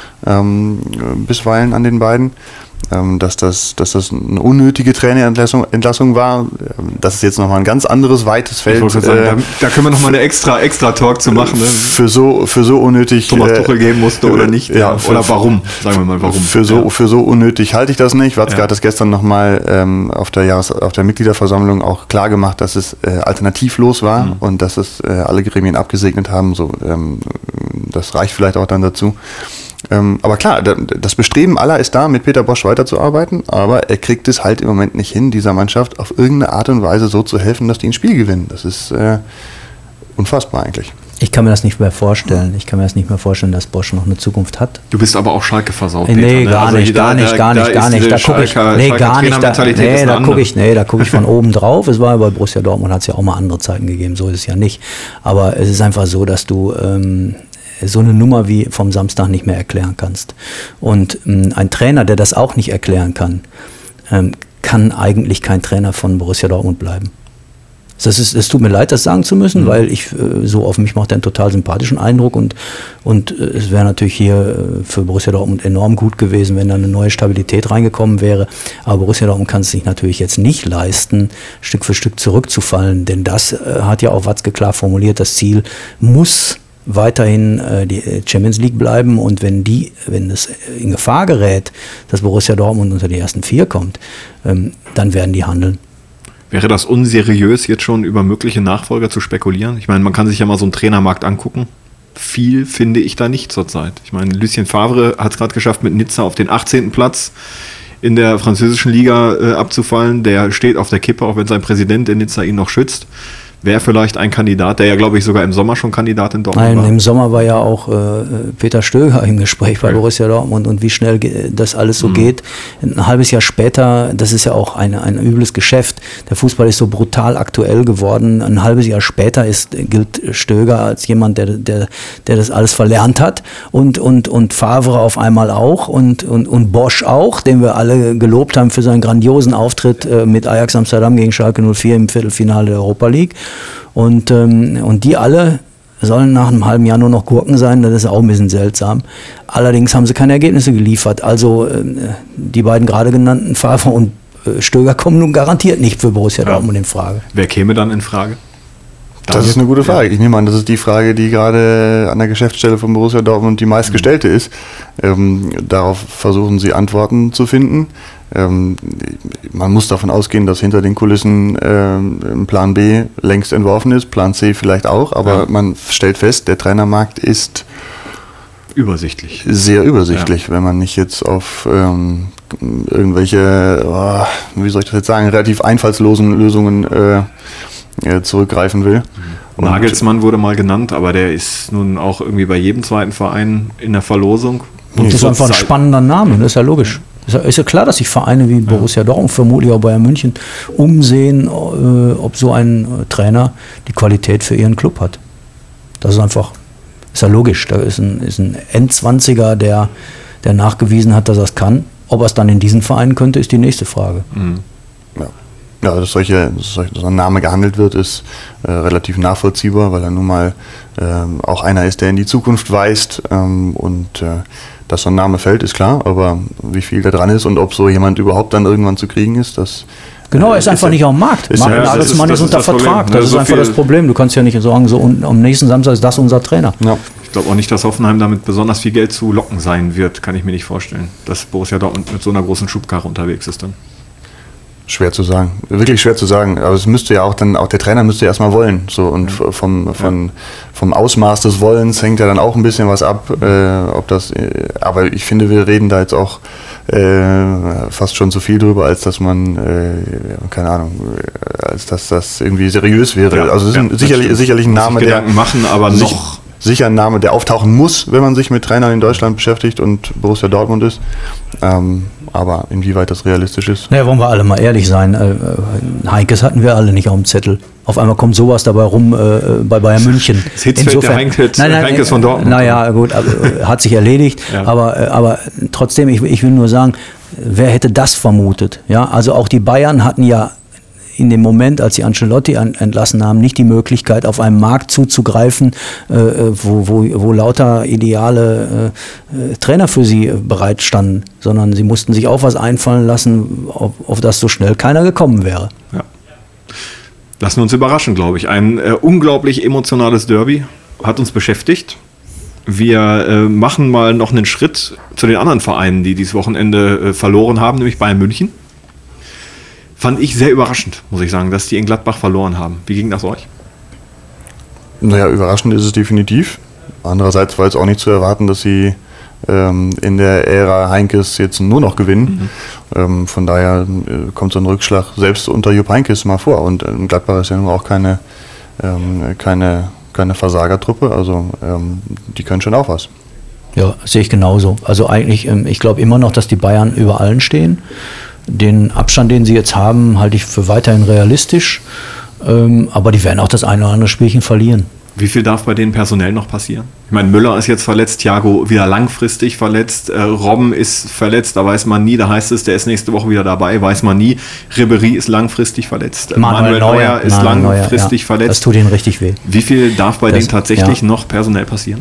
Speaker 3: ähm, bisweilen an den beiden. Dass das, dass das eine unnötige Trainerentlassung Entlassung war. Das ist jetzt nochmal ein ganz anderes, weites Feld.
Speaker 2: Ich sagen, äh, da, da können wir nochmal eine extra, extra Talk zu machen. Ne?
Speaker 3: Für so, für so unnötig.
Speaker 2: Thomas Tuchel geben musste oder nicht.
Speaker 3: Ja,
Speaker 2: für, oder warum, sagen wir mal warum.
Speaker 3: Für so,
Speaker 2: ja.
Speaker 3: für so unnötig halte ich das nicht. Watzke ja. hat das gestern nochmal ähm, auf der Jahres-, auf der Mitgliederversammlung auch klar gemacht, dass es äh, alternativlos war mhm. und dass es äh, alle Gremien abgesegnet haben. So, ähm, das reicht vielleicht auch dann dazu. Ähm, aber klar, das Bestreben aller ist da, mit Peter Bosz weiterzuarbeiten, aber er kriegt es halt im Moment nicht hin, dieser Mannschaft auf irgendeine Art und Weise so zu helfen, dass die ein Spiel gewinnen. Das ist äh, unfassbar eigentlich.
Speaker 4: Ich kann mir das nicht mehr vorstellen. Ich kann mir das nicht mehr vorstellen, dass Bosz noch eine Zukunft hat.
Speaker 2: Du bist aber auch Schalke versaut,
Speaker 4: Peter. Nee,
Speaker 2: ne?
Speaker 4: gar
Speaker 2: also
Speaker 4: nicht, gar
Speaker 2: da,
Speaker 4: nicht, gar nicht, gar nicht. Da gucke ich, nee, gar nicht. Da, nee, da gucke ich, nee, da gucke ich von oben drauf. Es war bei Borussia Dortmund, hat es ja auch mal andere Zeiten gegeben. So ist es ja nicht. Aber es ist einfach so, dass du ähm, so eine Nummer wie vom Samstag nicht mehr erklären kannst. Und ähm, ein Trainer, der das auch nicht erklären kann, ähm, kann eigentlich kein Trainer von Borussia Dortmund bleiben. Das ist, es tut mir leid, das sagen zu müssen, mhm. weil ich äh, so auf mich macht er einen total sympathischen Eindruck und, und äh, es wäre natürlich hier äh, für Borussia Dortmund enorm gut gewesen, wenn da eine neue Stabilität reingekommen wäre. Aber Borussia Dortmund kann es sich natürlich jetzt nicht leisten, Stück für Stück zurückzufallen, denn das äh, hat ja auch Watzke klar formuliert, das Ziel muss weiterhin äh, die Champions League bleiben und wenn die, wenn es in Gefahr gerät, dass Borussia Dortmund unter die ersten vier kommt, ähm, dann werden die handeln.
Speaker 2: Wäre das unseriös, jetzt schon über mögliche Nachfolger zu spekulieren? Ich meine, man kann sich ja mal so einen Trainermarkt angucken. Viel finde ich da nicht zurzeit. Ich meine, Lucien Favre hat es gerade geschafft, mit Nizza auf den achtzehnten Platz in der französischen Liga äh, abzufallen. Der steht auf der Kippe, auch wenn sein Präsident in Nizza ihn noch schützt. Wäre vielleicht ein Kandidat, der ja, glaube ich, sogar im Sommer schon Kandidat in Dortmund
Speaker 4: Nein,
Speaker 2: war.
Speaker 4: Im Sommer war ja auch äh, Peter Stöger im Gespräch bei okay. Borussia Dortmund und wie schnell ge- das alles so mhm. geht. Ein halbes Jahr später, das ist ja auch eine, ein übles Geschäft. Der Fußball ist so brutal aktuell geworden. Ein halbes Jahr später ist, gilt Stöger als jemand, der, der, der das alles verlernt hat und, und, und Favre auf einmal auch und, und, und Bosz auch, den wir alle gelobt haben für seinen grandiosen Auftritt äh, mit Ajax Amsterdam gegen Schalke null vier im Viertelfinale der Europa League. Und, ähm, und die alle sollen nach einem halben Jahr nur noch Gurken sein, das ist auch ein bisschen seltsam. Allerdings haben sie keine Ergebnisse geliefert. Also äh, die beiden gerade genannten, Favre und äh, Stöger, kommen nun garantiert nicht für Borussia ja. Dortmund in Frage.
Speaker 2: Wer käme dann in Frage?
Speaker 3: Das Damit, ist eine gute Frage. Ja. Ich nehme an, das ist die Frage, die gerade an der Geschäftsstelle von Borussia Dortmund die meistgestellte ist. Ähm, darauf versuchen sie Antworten zu finden. Ähm, man muss davon ausgehen, dass hinter den Kulissen ähm, Plan B längst entworfen ist, Plan C vielleicht auch, aber ja. man stellt fest, der Trainermarkt ist
Speaker 2: übersichtlich.
Speaker 3: Sehr übersichtlich, ja. wenn man nicht jetzt auf ähm, irgendwelche, oh, wie soll ich das jetzt sagen, relativ einfallslosen Lösungen äh, zurückgreifen will.
Speaker 2: Und Nagelsmann wurde mal genannt, aber der ist nun auch irgendwie bei jedem zweiten Verein in der Verlosung.
Speaker 4: Und das ist einfach ein spannender Name, das ist ja logisch. Ist ja klar, dass sich Vereine wie Borussia Dortmund, vermutlich auch Bayern München, umsehen, äh, ob so ein äh, Trainer die Qualität für ihren Club hat. Das ist einfach, ist ja logisch. Da ist ein, ist ein Endzwanziger, der, der nachgewiesen hat, dass er es kann. Ob er es dann in diesen Vereinen könnte, ist die nächste Frage.
Speaker 3: Mhm. Ja. Ja, dass, solche, dass so ein Name gehandelt wird, ist äh, relativ nachvollziehbar, weil er nun mal äh, auch einer ist, der in die Zukunft weist ähm, und äh, dass so ein Name fällt, ist klar, aber wie viel da dran ist und ob so jemand überhaupt dann irgendwann zu kriegen ist, das...
Speaker 4: Genau, er ist, ist einfach ja, nicht am Markt. Marc ja, Nagelsmann ist, ist unter das Vertrag. Das, das ist so einfach das Problem. Du kannst ja nicht sagen, so am nächsten Samstag ist das unser Trainer.
Speaker 2: Ja. Ich glaube auch nicht, dass Hoffenheim damit besonders viel Geld zu locken sein wird, kann ich mir nicht vorstellen, dass Borussia Dortmund mit so einer großen Schubkarre unterwegs ist dann.
Speaker 3: Schwer zu sagen, wirklich schwer zu sagen. Aber es müsste ja auch dann, auch der Trainer müsste ja erstmal wollen. So, und ja. vom, von, vom Ausmaß des Wollens hängt ja dann auch ein bisschen was ab. Äh, ob das, äh, aber ich finde, wir reden da jetzt auch äh, fast schon zu viel drüber, als dass man, äh, keine Ahnung, als dass das irgendwie seriös wäre.
Speaker 2: Ja,
Speaker 3: also es ist
Speaker 2: ja,
Speaker 3: ein, sicherlich, sicherlich ein Name,
Speaker 2: der... Gedanken machen, aber
Speaker 3: sich,
Speaker 2: noch...
Speaker 3: sicher ein Name, der auftauchen muss, wenn man sich mit Trainern in Deutschland beschäftigt und Borussia Dortmund ist. Ähm, aber inwieweit das realistisch ist.
Speaker 4: Naja, wollen wir alle mal ehrlich sein. Äh, Heinkes hatten wir alle nicht auf dem Zettel. Auf einmal kommt sowas dabei rum äh, bei Bayern München.
Speaker 2: Das Hitzfeld der Heinkes, nein, nein, Heinkes von Dortmund.
Speaker 4: Naja, gut, also, hat sich erledigt. Ja. Aber, äh, aber trotzdem, ich, ich will nur sagen, wer hätte das vermutet? Ja, also auch die Bayern hatten ja in dem Moment, als sie Ancelotti entlassen haben, nicht die Möglichkeit, auf einen Markt zuzugreifen, äh, wo, wo, wo lauter ideale äh, Trainer für sie bereitstanden, sondern sie mussten sich auch was einfallen lassen, auf, auf das so schnell keiner gekommen wäre.
Speaker 2: Ja. Lassen wir uns überraschen, glaube ich. Ein äh, unglaublich emotionales Derby hat uns beschäftigt. Wir äh, machen mal noch einen Schritt zu den anderen Vereinen, die dieses Wochenende äh, verloren haben, nämlich Bayern München. Fand ich sehr überraschend, muss ich sagen, dass die in Gladbach verloren haben. Wie ging das euch?
Speaker 3: Naja, überraschend ist es definitiv. Andererseits war es auch nicht zu erwarten, dass sie ähm, in der Ära Heinkes jetzt nur noch gewinnen. Mhm. Ähm, von daher äh, kommt so ein Rückschlag selbst unter Jupp Heynckes mal vor. Und ähm, Gladbach ist ja nun auch keine, ähm, keine, keine Versagertruppe. Also ähm, die können schon auch was.
Speaker 4: Ja, sehe ich genauso. Also eigentlich, ähm, ich glaube immer noch, dass die Bayern über allen stehen. Den Abstand, den sie jetzt haben, halte ich für weiterhin realistisch. Ähm, aber die werden auch das eine oder andere Spielchen verlieren.
Speaker 2: Wie viel darf bei denen personell noch passieren? Ich meine, Müller ist jetzt verletzt, Thiago wieder langfristig verletzt, äh, Robben ist verletzt, da weiß man nie, da heißt es, der ist nächste Woche wieder dabei, weiß man nie. Ribéry ist langfristig verletzt,
Speaker 4: Manuel, Manuel Neuer,
Speaker 2: Neuer ist
Speaker 4: Manuel
Speaker 2: langfristig
Speaker 4: Neuer, ja.
Speaker 2: verletzt.
Speaker 4: Das tut ihnen richtig weh.
Speaker 2: Wie viel darf bei
Speaker 4: das,
Speaker 2: denen tatsächlich
Speaker 4: ja.
Speaker 2: noch personell passieren?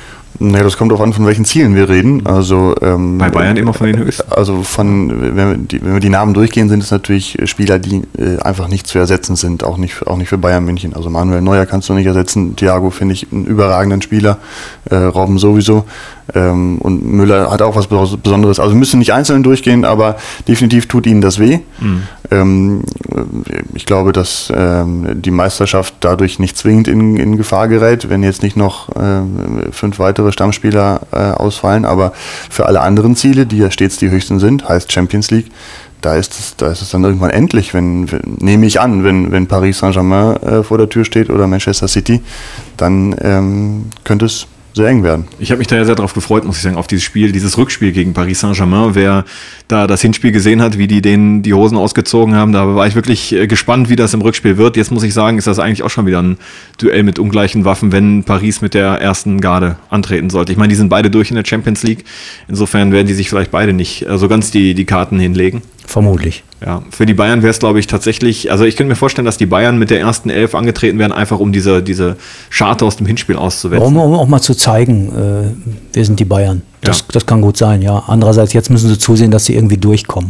Speaker 3: Ja, das kommt auch an, von welchen Zielen wir reden. Also, ähm,
Speaker 2: bei Bayern immer von den höchsten.
Speaker 3: Also von, wenn wir die, wenn wir die Namen durchgehen, sind es natürlich Spieler, die äh, einfach nicht zu ersetzen sind, auch nicht, auch nicht für Bayern München. Also Manuel Neuer kannst du nicht ersetzen, Thiago finde ich einen überragenden Spieler, äh, Robben sowieso. Ähm, und Müller hat auch was Besonderes. Also wir müssen nicht einzeln durchgehen, aber definitiv tut ihnen das weh. Mhm. Ähm, ich glaube, dass ähm, die Meisterschaft dadurch nicht zwingend in, in Gefahr gerät, wenn jetzt nicht noch äh, fünf weitere Stammspieler äh, ausfallen. Aber für alle anderen Ziele, die ja stets die höchsten sind, heißt Champions League, da ist es, da ist es dann irgendwann endlich, wenn, wenn nehme ich an, wenn, wenn Paris Saint-Germain äh, vor der Tür steht oder Manchester City, dann ähm, könnte es sehr eng werden.
Speaker 2: Ich habe mich da ja sehr darauf gefreut, muss ich sagen, auf dieses Spiel, dieses Rückspiel gegen Paris Saint-Germain. Wer da das Hinspiel gesehen hat, wie die denen die Hosen ausgezogen haben, da war ich wirklich gespannt, wie das im Rückspiel wird. Jetzt muss ich sagen, ist das eigentlich auch schon wieder ein Duell mit ungleichen Waffen, wenn Paris mit der ersten Garde antreten sollte. Ich meine, die sind beide durch in der Champions League. Insofern werden die sich vielleicht beide nicht so ganz die, die Karten hinlegen.
Speaker 4: Vermutlich.
Speaker 2: Ja, für die Bayern wäre es, glaube ich, tatsächlich, also ich könnte mir vorstellen, dass die Bayern mit der ersten Elf angetreten wären, einfach um diese, diese Scharte aus dem Hinspiel auszuwetzen.
Speaker 4: Um, um auch mal zu zeigen, äh, wir sind die Bayern. Das,
Speaker 2: ja.
Speaker 4: das kann gut sein, ja. Andererseits, jetzt müssen sie zusehen, dass sie irgendwie durchkommen.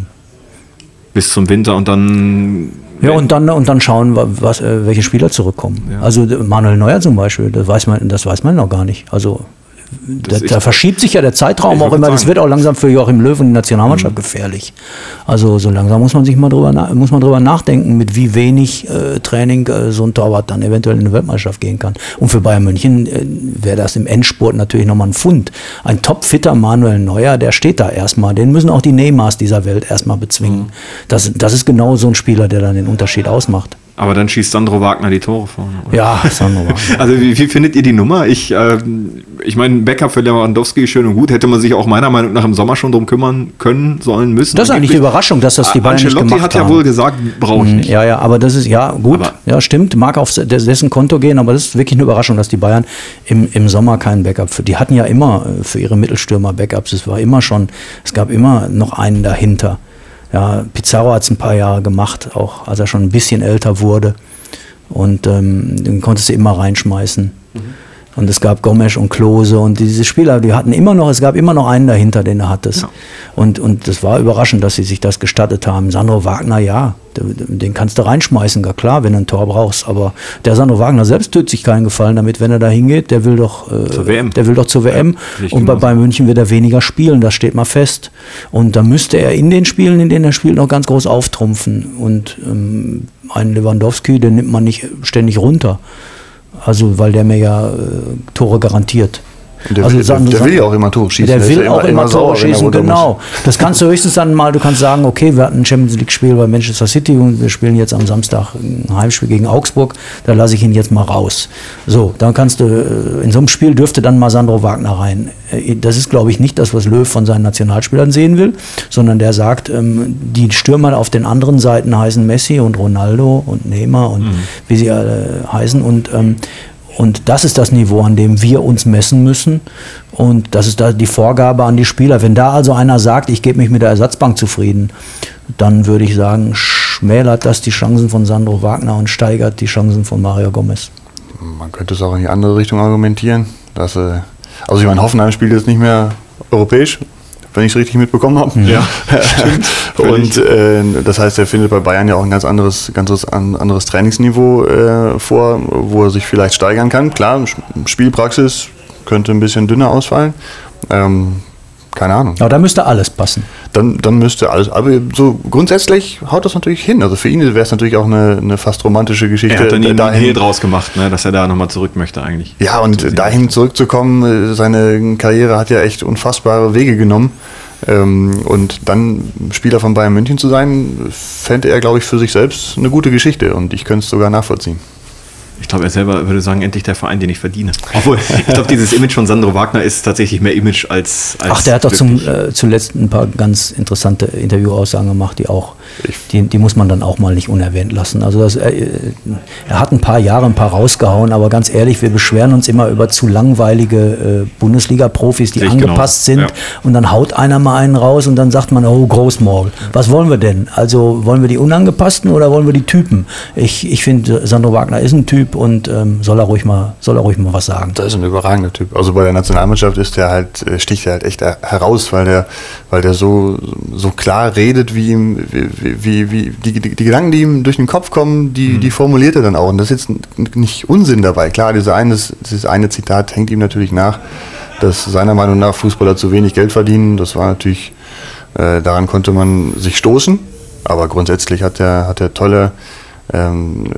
Speaker 2: Bis zum Winter und dann...
Speaker 4: Ja, und dann, und dann schauen, was, äh, welche Spieler zurückkommen. Ja. Also Manuel Neuer zum Beispiel, das weiß man, das weiß man noch gar nicht. Also Da, da verschiebt sich ja der Zeitraum auch immer. Sagen. Das wird auch langsam für Joachim Löw und die Nationalmannschaft mhm. gefährlich. Also so langsam muss man sich mal drüber, muss man drüber nachdenken, mit wie wenig äh, Training äh, so ein Torwart dann eventuell in eine Weltmeisterschaft gehen kann. Und für Bayern München äh, wäre das im Endspurt natürlich nochmal ein Pfund. Ein topfitter Manuel Neuer, der steht da erstmal. Den müssen auch die Neymars dieser Welt erstmal bezwingen. Mhm. Das, das ist genau so ein Spieler, der dann den Unterschied ausmacht.
Speaker 2: Aber dann schießt Sandro Wagner die Tore vorne. Oder?
Speaker 4: Ja, Sandro Wagner.
Speaker 2: Also wie, wie findet ihr die Nummer? Ich, äh, ich meine, Backup für Lewandowski ist schön und gut. Hätte man sich auch meiner Meinung nach im Sommer schon drum kümmern können, sollen, müssen.
Speaker 4: Das ist eigentlich die Überraschung, dass das die Bayern nicht gemacht haben.
Speaker 2: Ancelotti hat ja wohl gesagt, brauche ich nicht.
Speaker 4: Ja, ja, aber das ist, ja gut, aber ja stimmt, mag auf dessen Konto gehen, aber das ist wirklich eine Überraschung, dass die Bayern im, im Sommer keinen Backup für, die hatten ja immer für ihre Mittelstürmer Backups, es war immer schon, es gab immer noch einen dahinter. Ja, Pizarro hat es ein paar Jahre gemacht, auch als er schon ein bisschen älter wurde. Und ähm, den konntest du immer reinschmeißen. Mhm. Und es gab Gomes und Klose und diese Spieler, die hatten immer noch, es gab immer noch einen dahinter, den du hattest. Ja. Und, und das war überraschend, dass sie sich das gestattet haben. Sandro Wagner, ja, den kannst du reinschmeißen, gar klar, wenn du ein Tor brauchst. Aber der Sandro Wagner selbst tut sich keinen Gefallen damit, wenn er da hingeht. Der will doch, äh, zur W M. Der will doch zur W M. Ja, und bei Bayern München wird er weniger spielen, das steht mal fest. Und da müsste er in den Spielen, in denen er spielt, noch ganz groß auftrumpfen. Und ähm, einen Lewandowski, den nimmt man nicht ständig runter. Also, weil der mir ja äh, Tore garantiert.
Speaker 3: Der,
Speaker 4: also
Speaker 3: will, der, der will ja auch immer Tore schießen.
Speaker 4: Der, der will
Speaker 3: ja
Speaker 4: auch immer, immer Tore schießen, genau.
Speaker 3: Muss.
Speaker 4: Das kannst du höchstens dann mal, du kannst sagen, okay, wir hatten ein Champions League-Spiel bei Manchester City und wir spielen jetzt am Samstag ein Heimspiel gegen Augsburg, da lasse ich ihn jetzt mal raus. So, dann kannst du, in so einem Spiel dürfte dann mal Sandro Wagner rein. Das ist, glaube ich, nicht das, was Löw von seinen Nationalspielern sehen will, sondern der sagt, die Stürmer auf den anderen Seiten heißen Messi und Ronaldo und Neymar und mhm. wie sie alle heißen und Und das ist das Niveau, an dem wir uns messen müssen. Und das ist da die Vorgabe an die Spieler. Wenn da also einer sagt, ich gebe mich mit der Ersatzbank zufrieden, dann würde ich sagen, schmälert das die Chancen von Sandro Wagner und steigert die Chancen von Mario Gomez.
Speaker 3: Man könnte es auch in die andere Richtung argumentieren. Dass, äh, also ich meine, Hoffenheim spielt jetzt nicht mehr europäisch, wenn ich es richtig mitbekommen habe.
Speaker 2: Ja,
Speaker 3: und äh, das heißt, er findet bei Bayern ja auch ein ganz anderes, ganz anderes Trainingsniveau äh, vor, wo er sich vielleicht steigern kann. Klar, Spielpraxis könnte ein bisschen dünner ausfallen. Ähm, keine Ahnung.
Speaker 4: Aber da müsste alles passen.
Speaker 3: Dann, dann müsste alles. Aber so grundsätzlich haut das natürlich hin. Also für ihn wäre es natürlich auch eine, eine fast romantische Geschichte.
Speaker 2: Er hat dann eben einen Hehl draus gemacht, ne, dass er da nochmal zurück möchte eigentlich.
Speaker 3: Ja, und so dahin zurückzukommen, seine Karriere hat ja echt unfassbare Wege genommen. Ähm, und dann Spieler von Bayern München zu sein, fände er, glaube ich, für sich selbst eine gute Geschichte. Und ich könnte es sogar nachvollziehen.
Speaker 2: Ich glaube, er selber würde sagen, endlich der Verein, den ich verdiene. Obwohl, ich glaube, dieses Image von Sandro Wagner ist tatsächlich mehr Image als... als
Speaker 4: Ach, der hat doch zum, äh, zuletzt ein paar ganz interessante Interviewaussagen gemacht, die auch, die, die muss man dann auch mal nicht unerwähnt lassen. Also das, äh, er hat ein paar Jahre ein paar rausgehauen, aber ganz ehrlich, wir beschweren uns immer über zu langweilige äh, Bundesliga-Profis, die angepasst genau. sind, ja. Und dann haut einer mal einen raus und dann sagt man, oh, Großmaul. Was wollen wir denn? Also wollen wir die Unangepassten oder wollen wir die Typen? Ich, ich finde, Sandro Wagner ist ein Typ, und ähm, soll er ruhig mal, soll er ruhig mal was sagen.
Speaker 3: Das ist ein überragender Typ. Also bei der Nationalmannschaft ist der halt, sticht er halt echt heraus, weil der, weil der so, so klar redet, wie ihm, wie, wie, wie die, die, die Gedanken, die ihm durch den Kopf kommen, die, mhm. die formuliert er dann auch. Und das ist jetzt nicht Unsinn dabei. Klar, dieses eine, dieses eine Zitat hängt ihm natürlich nach, dass seiner Meinung nach Fußballer zu wenig Geld verdienen. Das war natürlich, äh, daran konnte man sich stoßen. Aber grundsätzlich hat er, hat er tolle Ähm,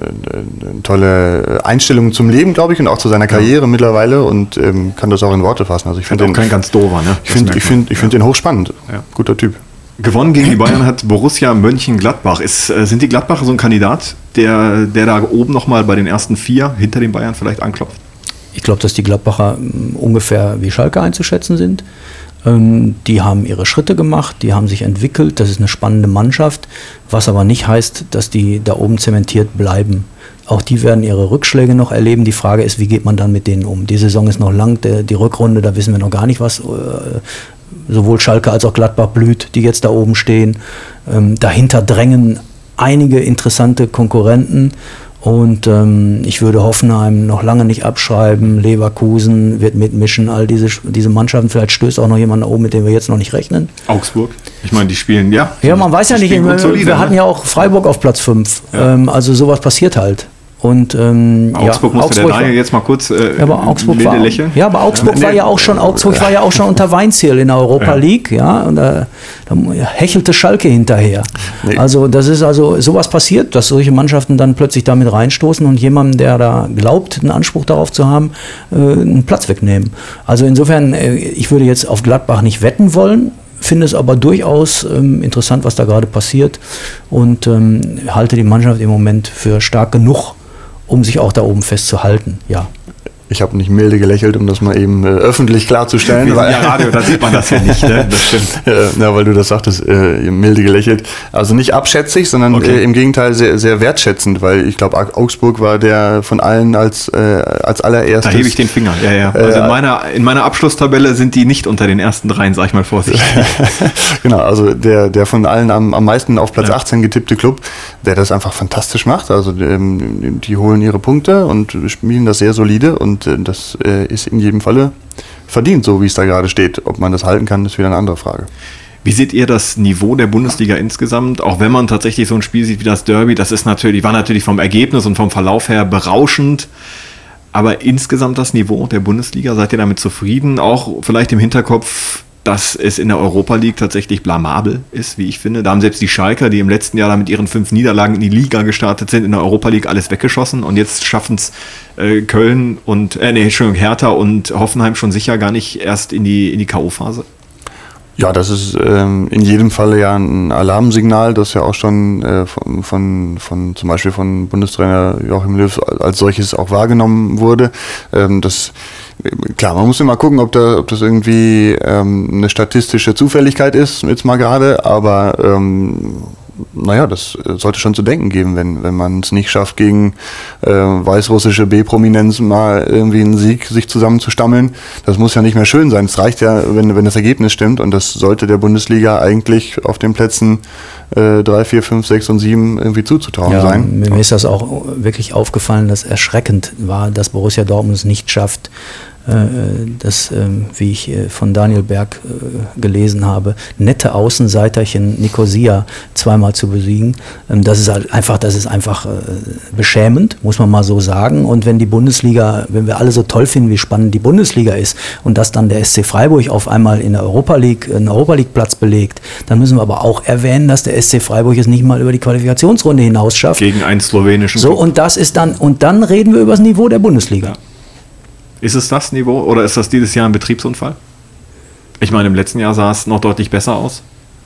Speaker 3: tolle Einstellungen zum Leben, glaube ich, und auch zu seiner Karriere ja. mittlerweile und ähm, kann das auch in Worte fassen. Also ich finde
Speaker 2: auch kein ganz doofer, ne?
Speaker 3: Ich finde ich find, ich find ja. den hochspannend. Ja. Guter Typ.
Speaker 2: Gewonnen gegen die Bayern hat Borussia Mönchengladbach. Ist, äh, sind die Gladbacher so ein Kandidat, der, der da oben nochmal bei den ersten vier hinter den Bayern vielleicht anklopft?
Speaker 4: Ich glaube, dass die Gladbacher m, ungefähr wie Schalke einzuschätzen sind. Die haben ihre Schritte gemacht, die haben sich entwickelt, das ist eine spannende Mannschaft, was aber nicht heißt, dass die da oben zementiert bleiben. Auch die werden ihre Rückschläge noch erleben. Die Frage ist, wie geht man dann mit denen um? Die Saison ist noch lang, die Rückrunde, da wissen wir noch gar nicht, was sowohl Schalke als auch Gladbach blüht, die jetzt da oben stehen. Dahinter drängen einige interessante Konkurrenten. Und ähm, ich würde Hoffenheim noch lange nicht abschreiben, Leverkusen wird mitmischen, all diese, diese Mannschaften, vielleicht stößt auch noch jemand da oben, mit dem wir jetzt noch nicht rechnen.
Speaker 2: Augsburg, ich meine, die spielen, ja.
Speaker 4: Ja, man weiß ja nicht, wir,
Speaker 2: solide,
Speaker 4: wir hatten
Speaker 2: ne?
Speaker 4: ja auch Freiburg auf Platz fünf, ja. ähm, also sowas passiert halt. Und, ähm,
Speaker 2: Augsburg
Speaker 4: ja,
Speaker 2: musste
Speaker 4: Augsburg
Speaker 2: der Daniel jetzt mal kurz äh,
Speaker 4: ja, aber Augsburg war,
Speaker 2: lächeln.
Speaker 4: Ja, aber Augsburg ja, war ja auch schon, Augsburg war ja auch schon unter Weinzierl in der Europa ja. League, ja, und da, da hechelte Schalke hinterher. Nee. Also das ist also, sowas passiert, dass solche Mannschaften dann plötzlich damit reinstoßen und jemandem, der da glaubt, einen Anspruch darauf zu haben, äh, einen Platz wegnehmen. Also insofern, äh, ich würde jetzt auf Gladbach nicht wetten wollen, finde es aber durchaus ähm, interessant, was da gerade passiert und ähm, halte die Mannschaft im Moment für stark genug, um sich auch da oben festzuhalten, ja.
Speaker 3: Ich habe nicht milde gelächelt, um das mal eben äh, öffentlich klarzustellen.
Speaker 2: Wir sind ja Radio, da sieht man das ja nicht, ne? Das stimmt.
Speaker 3: Ja, weil du das sagtest, äh, milde gelächelt. Also nicht abschätzig, sondern okay. äh, im Gegenteil sehr, sehr wertschätzend, weil ich glaube, Augsburg war der von allen als, äh, als allererstes.
Speaker 2: Da hebe ich den Finger, ja, ja. Also äh, in, meiner, in meiner Abschlusstabelle sind die nicht unter den ersten dreien, sag ich mal vorsichtig.
Speaker 3: Genau, also der, der von allen am, am meisten auf Platz ja. achtzehn getippte Club, der das einfach fantastisch macht. Also ähm, die holen ihre Punkte und spielen das sehr solide und das äh, ist in jedem Falle verdient, so wie es da gerade steht. Ob man das halten kann, ist wieder eine andere Frage.
Speaker 2: Wie seht ihr das Niveau der Bundesliga insgesamt? Auch wenn man tatsächlich so ein Spiel sieht wie das Derby, das ist natürlich, war natürlich vom Ergebnis und vom Verlauf her berauschend. Aber insgesamt das Niveau der Bundesliga, seid ihr damit zufrieden? Auch vielleicht im Hinterkopf, dass es in der Europa League tatsächlich blamabel ist, wie ich finde. Da haben selbst die Schalker, die im letzten Jahr da mit ihren fünf Niederlagen in die Liga gestartet sind, in der Europa League alles weggeschossen und jetzt schaffen es äh, Köln und, äh, nee, Entschuldigung, Hertha und Hoffenheim schon sicher gar nicht erst in die, in die K O-Phase.
Speaker 3: Ja, das ist ähm, in jedem Falle ja ein Alarmsignal, das ja auch schon äh, von, von, von zum Beispiel von Bundestrainer Joachim Löw als solches auch wahrgenommen wurde. Ähm, das Klar, man muss immer gucken, ob, da, ob das irgendwie ähm, eine statistische Zufälligkeit ist, jetzt mal gerade, aber ähm, naja, das sollte schon zu denken geben, wenn, wenn man es nicht schafft, gegen äh, weißrussische B-Prominenz mal irgendwie einen Sieg sich zusammenzustammeln. Das muss ja nicht mehr schön sein. Es reicht ja, wenn, wenn das Ergebnis stimmt, und das sollte der Bundesliga eigentlich auf den Plätzen äh, drei, vier, fünf, sechs und sieben irgendwie zuzutrauen
Speaker 4: ja,
Speaker 3: sein.
Speaker 4: Mir ist das auch wirklich aufgefallen, dass erschreckend war, dass Borussia Dortmund es nicht schafft, das, wie ich von Daniel Berg gelesen habe, nette Außenseiterchen Nicosia zweimal zu besiegen. Das ist halt einfach, das ist einfach beschämend, muss man mal so sagen. Und wenn die Bundesliga, wenn wir alle so toll finden, wie spannend die Bundesliga ist und dass dann der S C Freiburg auf einmal in der Europa League einen Europa League Platz belegt, dann müssen wir aber auch erwähnen, dass der S C Freiburg es nicht mal über die Qualifikationsrunde hinaus schafft.
Speaker 2: Gegen einen slowenischen
Speaker 4: So,
Speaker 2: Club.
Speaker 4: und das ist dann, und dann reden wir über das Niveau der Bundesliga.
Speaker 2: Ja. Ist es das Niveau oder ist das dieses Jahr ein Betriebsunfall? Ich meine, im letzten Jahr sah es noch deutlich besser aus.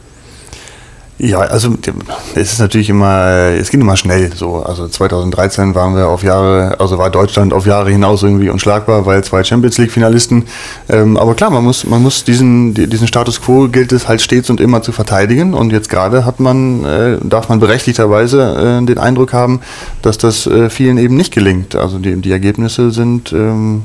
Speaker 3: Ja, also es ist natürlich immer, es geht immer schnell so. Also zweitausenddreizehn waren wir auf Jahre, also war Deutschland auf Jahre hinaus irgendwie unschlagbar, weil zwei Champions League Finalisten. Ähm, aber klar, man muss, man muss diesen, diesen Status quo gilt es halt stets und immer zu verteidigen. Und jetzt gerade hat man, äh, darf man berechtigterweise äh, den Eindruck haben, dass das äh, vielen eben nicht gelingt. Also die, die Ergebnisse sind ähm,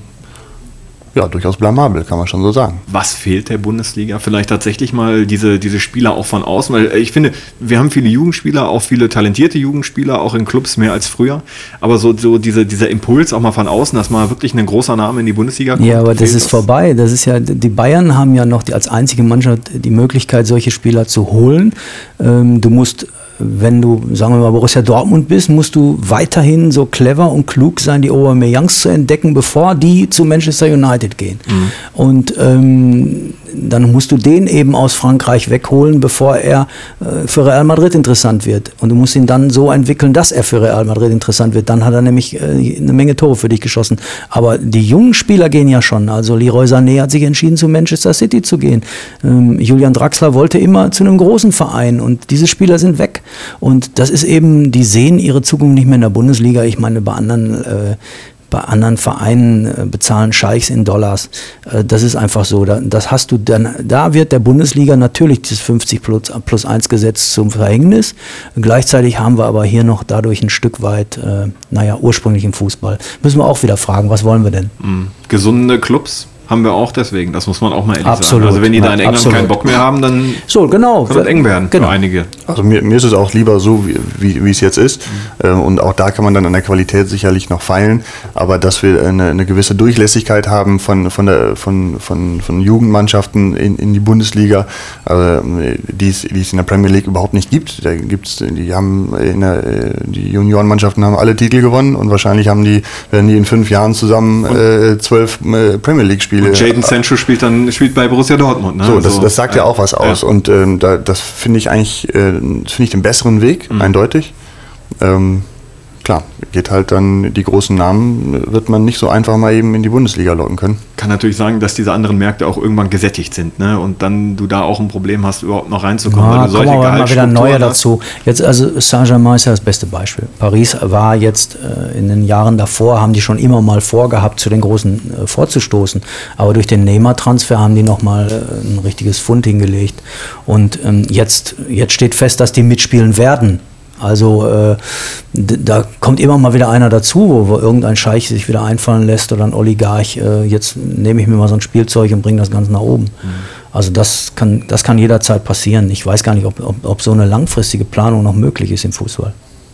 Speaker 3: ja, durchaus blamabel, kann man schon so sagen.
Speaker 2: Was fehlt der Bundesliga? Vielleicht tatsächlich mal diese, diese Spieler auch von außen, weil ich finde, wir haben viele Jugendspieler, auch viele talentierte Jugendspieler, auch in Clubs mehr als früher, aber so, so diese, dieser Impuls auch mal von außen, dass mal wirklich ein großer Name in die Bundesliga kommt.
Speaker 4: Ja, aber das ist das? vorbei. Das ist ja, die Bayern haben ja noch die, als einzige Mannschaft die Möglichkeit, solche Spieler zu holen. Ähm, du musst Wenn du, sagen wir mal, Borussia Dortmund bist, musst du weiterhin so clever und klug sein, die Aubameyangs zu entdecken, bevor die zu Manchester United gehen. Mhm. Und ähm, dann musst du den eben aus Frankreich wegholen, bevor er äh, für Real Madrid interessant wird. Und du musst ihn dann so entwickeln, dass er für Real Madrid interessant wird. Dann hat er nämlich äh, eine Menge Tore für dich geschossen. Aber die jungen Spieler gehen ja schon. Also Leroy Sané hat sich entschieden, zu Manchester City zu gehen. Ähm, Julian Draxler wollte immer zu einem großen Verein und diese Spieler sind weg. Und das ist eben, die sehen ihre Zukunft nicht mehr in der Bundesliga. Ich meine, bei anderen, äh, bei anderen Vereinen äh, bezahlen Scheichs in Dollars. Äh, das ist einfach so. Da, das hast du dann, da wird der Bundesliga natürlich das fünfzig plus eins Gesetz zum Verhängnis. Gleichzeitig haben wir aber hier noch dadurch ein Stück weit, äh, naja, ursprünglich im Fußball. Müssen wir auch wieder fragen, was wollen wir denn?
Speaker 2: Mhm. Gesunde Clubs haben wir auch deswegen, das muss man auch mal ehrlich
Speaker 4: Absolut.
Speaker 2: sagen. Also wenn die da in England
Speaker 4: Absolut.
Speaker 2: keinen Bock mehr haben, dann
Speaker 4: so, genau.
Speaker 2: kann das eng werden
Speaker 4: genau.
Speaker 2: für einige.
Speaker 3: Also mir, mir ist es auch lieber so, wie, wie, wie es jetzt ist. Mhm. Ähm, und auch da kann man dann an der Qualität sicherlich noch feilen. Aber dass wir eine, eine gewisse Durchlässigkeit haben von, von, der, von, von, von Jugendmannschaften in, in die Bundesliga, äh, die es die es in der Premier League überhaupt nicht gibt. Da gibt's, die haben in der, die Juniorenmannschaften haben alle Titel gewonnen und wahrscheinlich haben die, werden die in fünf Jahren zusammen äh, zwölf äh, Premier League Spiele.
Speaker 2: Und Jadon Sancho spielt dann spielt bei Borussia Dortmund. Ne?
Speaker 3: So, das,
Speaker 2: also,
Speaker 3: das sagt ja auch was aus.
Speaker 2: Ja.
Speaker 3: Und ähm, da, das finde ich eigentlich, äh, finde ich den besseren Weg,
Speaker 2: mhm.
Speaker 3: eindeutig. Ähm, klar, geht halt dann, die großen Namen wird man nicht so einfach mal eben in die Bundesliga locken können.
Speaker 2: Kann natürlich sagen, dass diese anderen Märkte auch irgendwann gesättigt sind, ne? Und dann du da auch ein Problem hast, überhaupt noch reinzukommen,
Speaker 4: Ja,
Speaker 2: weil du solche
Speaker 4: kommen aber mal wieder neue
Speaker 2: Gehaltsstrukturen hast.
Speaker 4: dazu. Jetzt also Saint-Germain ist ja das beste Beispiel. Paris war jetzt äh, in den Jahren davor, haben die schon immer mal vorgehabt, zu den Großen äh, vorzustoßen. Aber durch den Neymar-Transfer haben die nochmal äh, ein richtiges Pfund hingelegt. Und ähm, jetzt, jetzt steht fest, dass die mitspielen werden. Also äh, d- da kommt immer mal wieder einer dazu, wo, wo irgendein Scheich sich wieder einfallen lässt oder ein Oligarch, äh, jetzt nehme ich mir mal so ein Spielzeug und bringe das Ganze nach oben. Mhm. Also das kann, das kann jederzeit passieren. Ich weiß gar nicht, ob, ob, ob so eine langfristige Planung noch möglich ist im Fußball.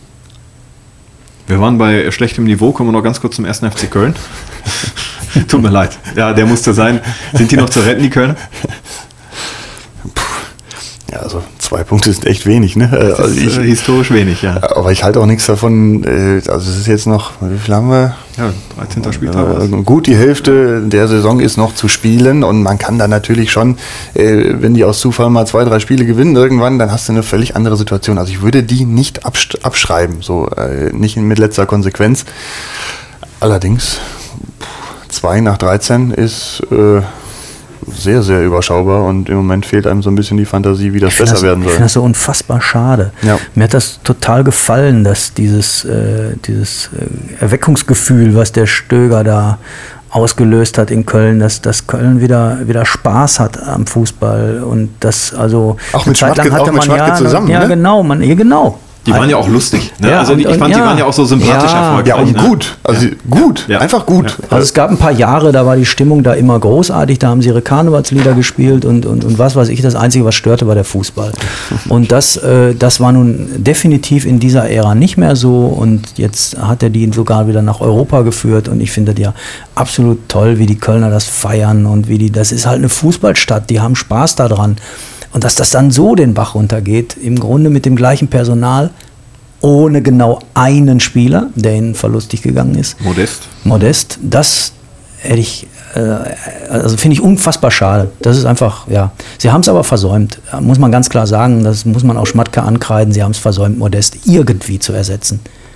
Speaker 2: Wir waren bei schlechtem Niveau, kommen wir noch ganz kurz zum ersten F C Köln. Tut mir leid, ja, der musste sein. Sind die noch zu retten, die Kölner?
Speaker 3: Ja, also Zwei Punkte sind echt wenig, ne?
Speaker 2: Das
Speaker 3: also
Speaker 2: ist
Speaker 3: ich,
Speaker 2: äh, historisch wenig, ja.
Speaker 3: Aber ich halte auch nichts davon, äh, also es ist jetzt noch, wie viel haben wir?
Speaker 2: Ja, dreizehnter Spieltag.
Speaker 3: Äh, gut, die Hälfte der Saison ist noch zu spielen und man kann da natürlich schon, äh, wenn die aus Zufall mal zwei, drei Spiele gewinnen irgendwann, dann hast du eine völlig andere Situation. Also ich würde die nicht abst- abschreiben, so äh, nicht mit letzter Konsequenz. Allerdings, zwei nach dreizehn ist äh, sehr, sehr überschaubar und im Moment fehlt einem so ein bisschen die Fantasie, wie das besser
Speaker 4: das,
Speaker 3: werden soll.
Speaker 4: Ich finde das so unfassbar schade.
Speaker 3: Ja.
Speaker 4: Mir hat das total gefallen, dass dieses, äh, dieses äh, Erweckungsgefühl, was der Stöger da ausgelöst hat in Köln, dass, dass Köln wieder, wieder Spaß hat am Fußball und das also
Speaker 3: auch
Speaker 4: eine
Speaker 3: mit
Speaker 4: Zeit lang
Speaker 3: Schmatke,
Speaker 4: hatte
Speaker 3: auch mit
Speaker 4: man
Speaker 3: Schmatke
Speaker 4: ja,
Speaker 3: zusammen,
Speaker 4: ja
Speaker 3: ne?
Speaker 4: genau, man, ja genau.
Speaker 2: Die waren ja auch lustig. Ne?
Speaker 4: Ja,
Speaker 2: also
Speaker 4: und-
Speaker 2: ich fand,
Speaker 4: und
Speaker 2: die
Speaker 4: ja.
Speaker 2: waren ja auch so sympathisch
Speaker 4: Ja.
Speaker 2: erfolgreich.
Speaker 3: Ja, und
Speaker 2: ne?
Speaker 3: gut. Also gut.
Speaker 2: Ja.
Speaker 3: Einfach gut.
Speaker 4: Also es gab ein paar Jahre, da war die Stimmung da immer großartig, da haben sie ihre Karnevalslieder gespielt und, und, und was weiß ich, das Einzige, was störte, war der Fußball. Und das, äh, das war nun definitiv in dieser Ära nicht mehr so und jetzt hat er die sogar wieder nach Europa geführt und ich finde das ja absolut toll, wie die Kölner das feiern und wie die, das ist halt eine Fußballstadt, die haben Spaß daran. Und dass das dann so den Bach runtergeht, im Grunde mit dem gleichen Personal, ohne genau einen Spieler, der ihnen verlustig gegangen ist.
Speaker 2: Modest.
Speaker 4: Modest, das hätte ich, äh, also finde ich unfassbar schade. Das ist einfach, ja. Sie haben es aber versäumt, muss man ganz klar sagen. Das muss man auch Schmatke ankreiden. Sie haben es versäumt, Modest irgendwie zu ersetzen.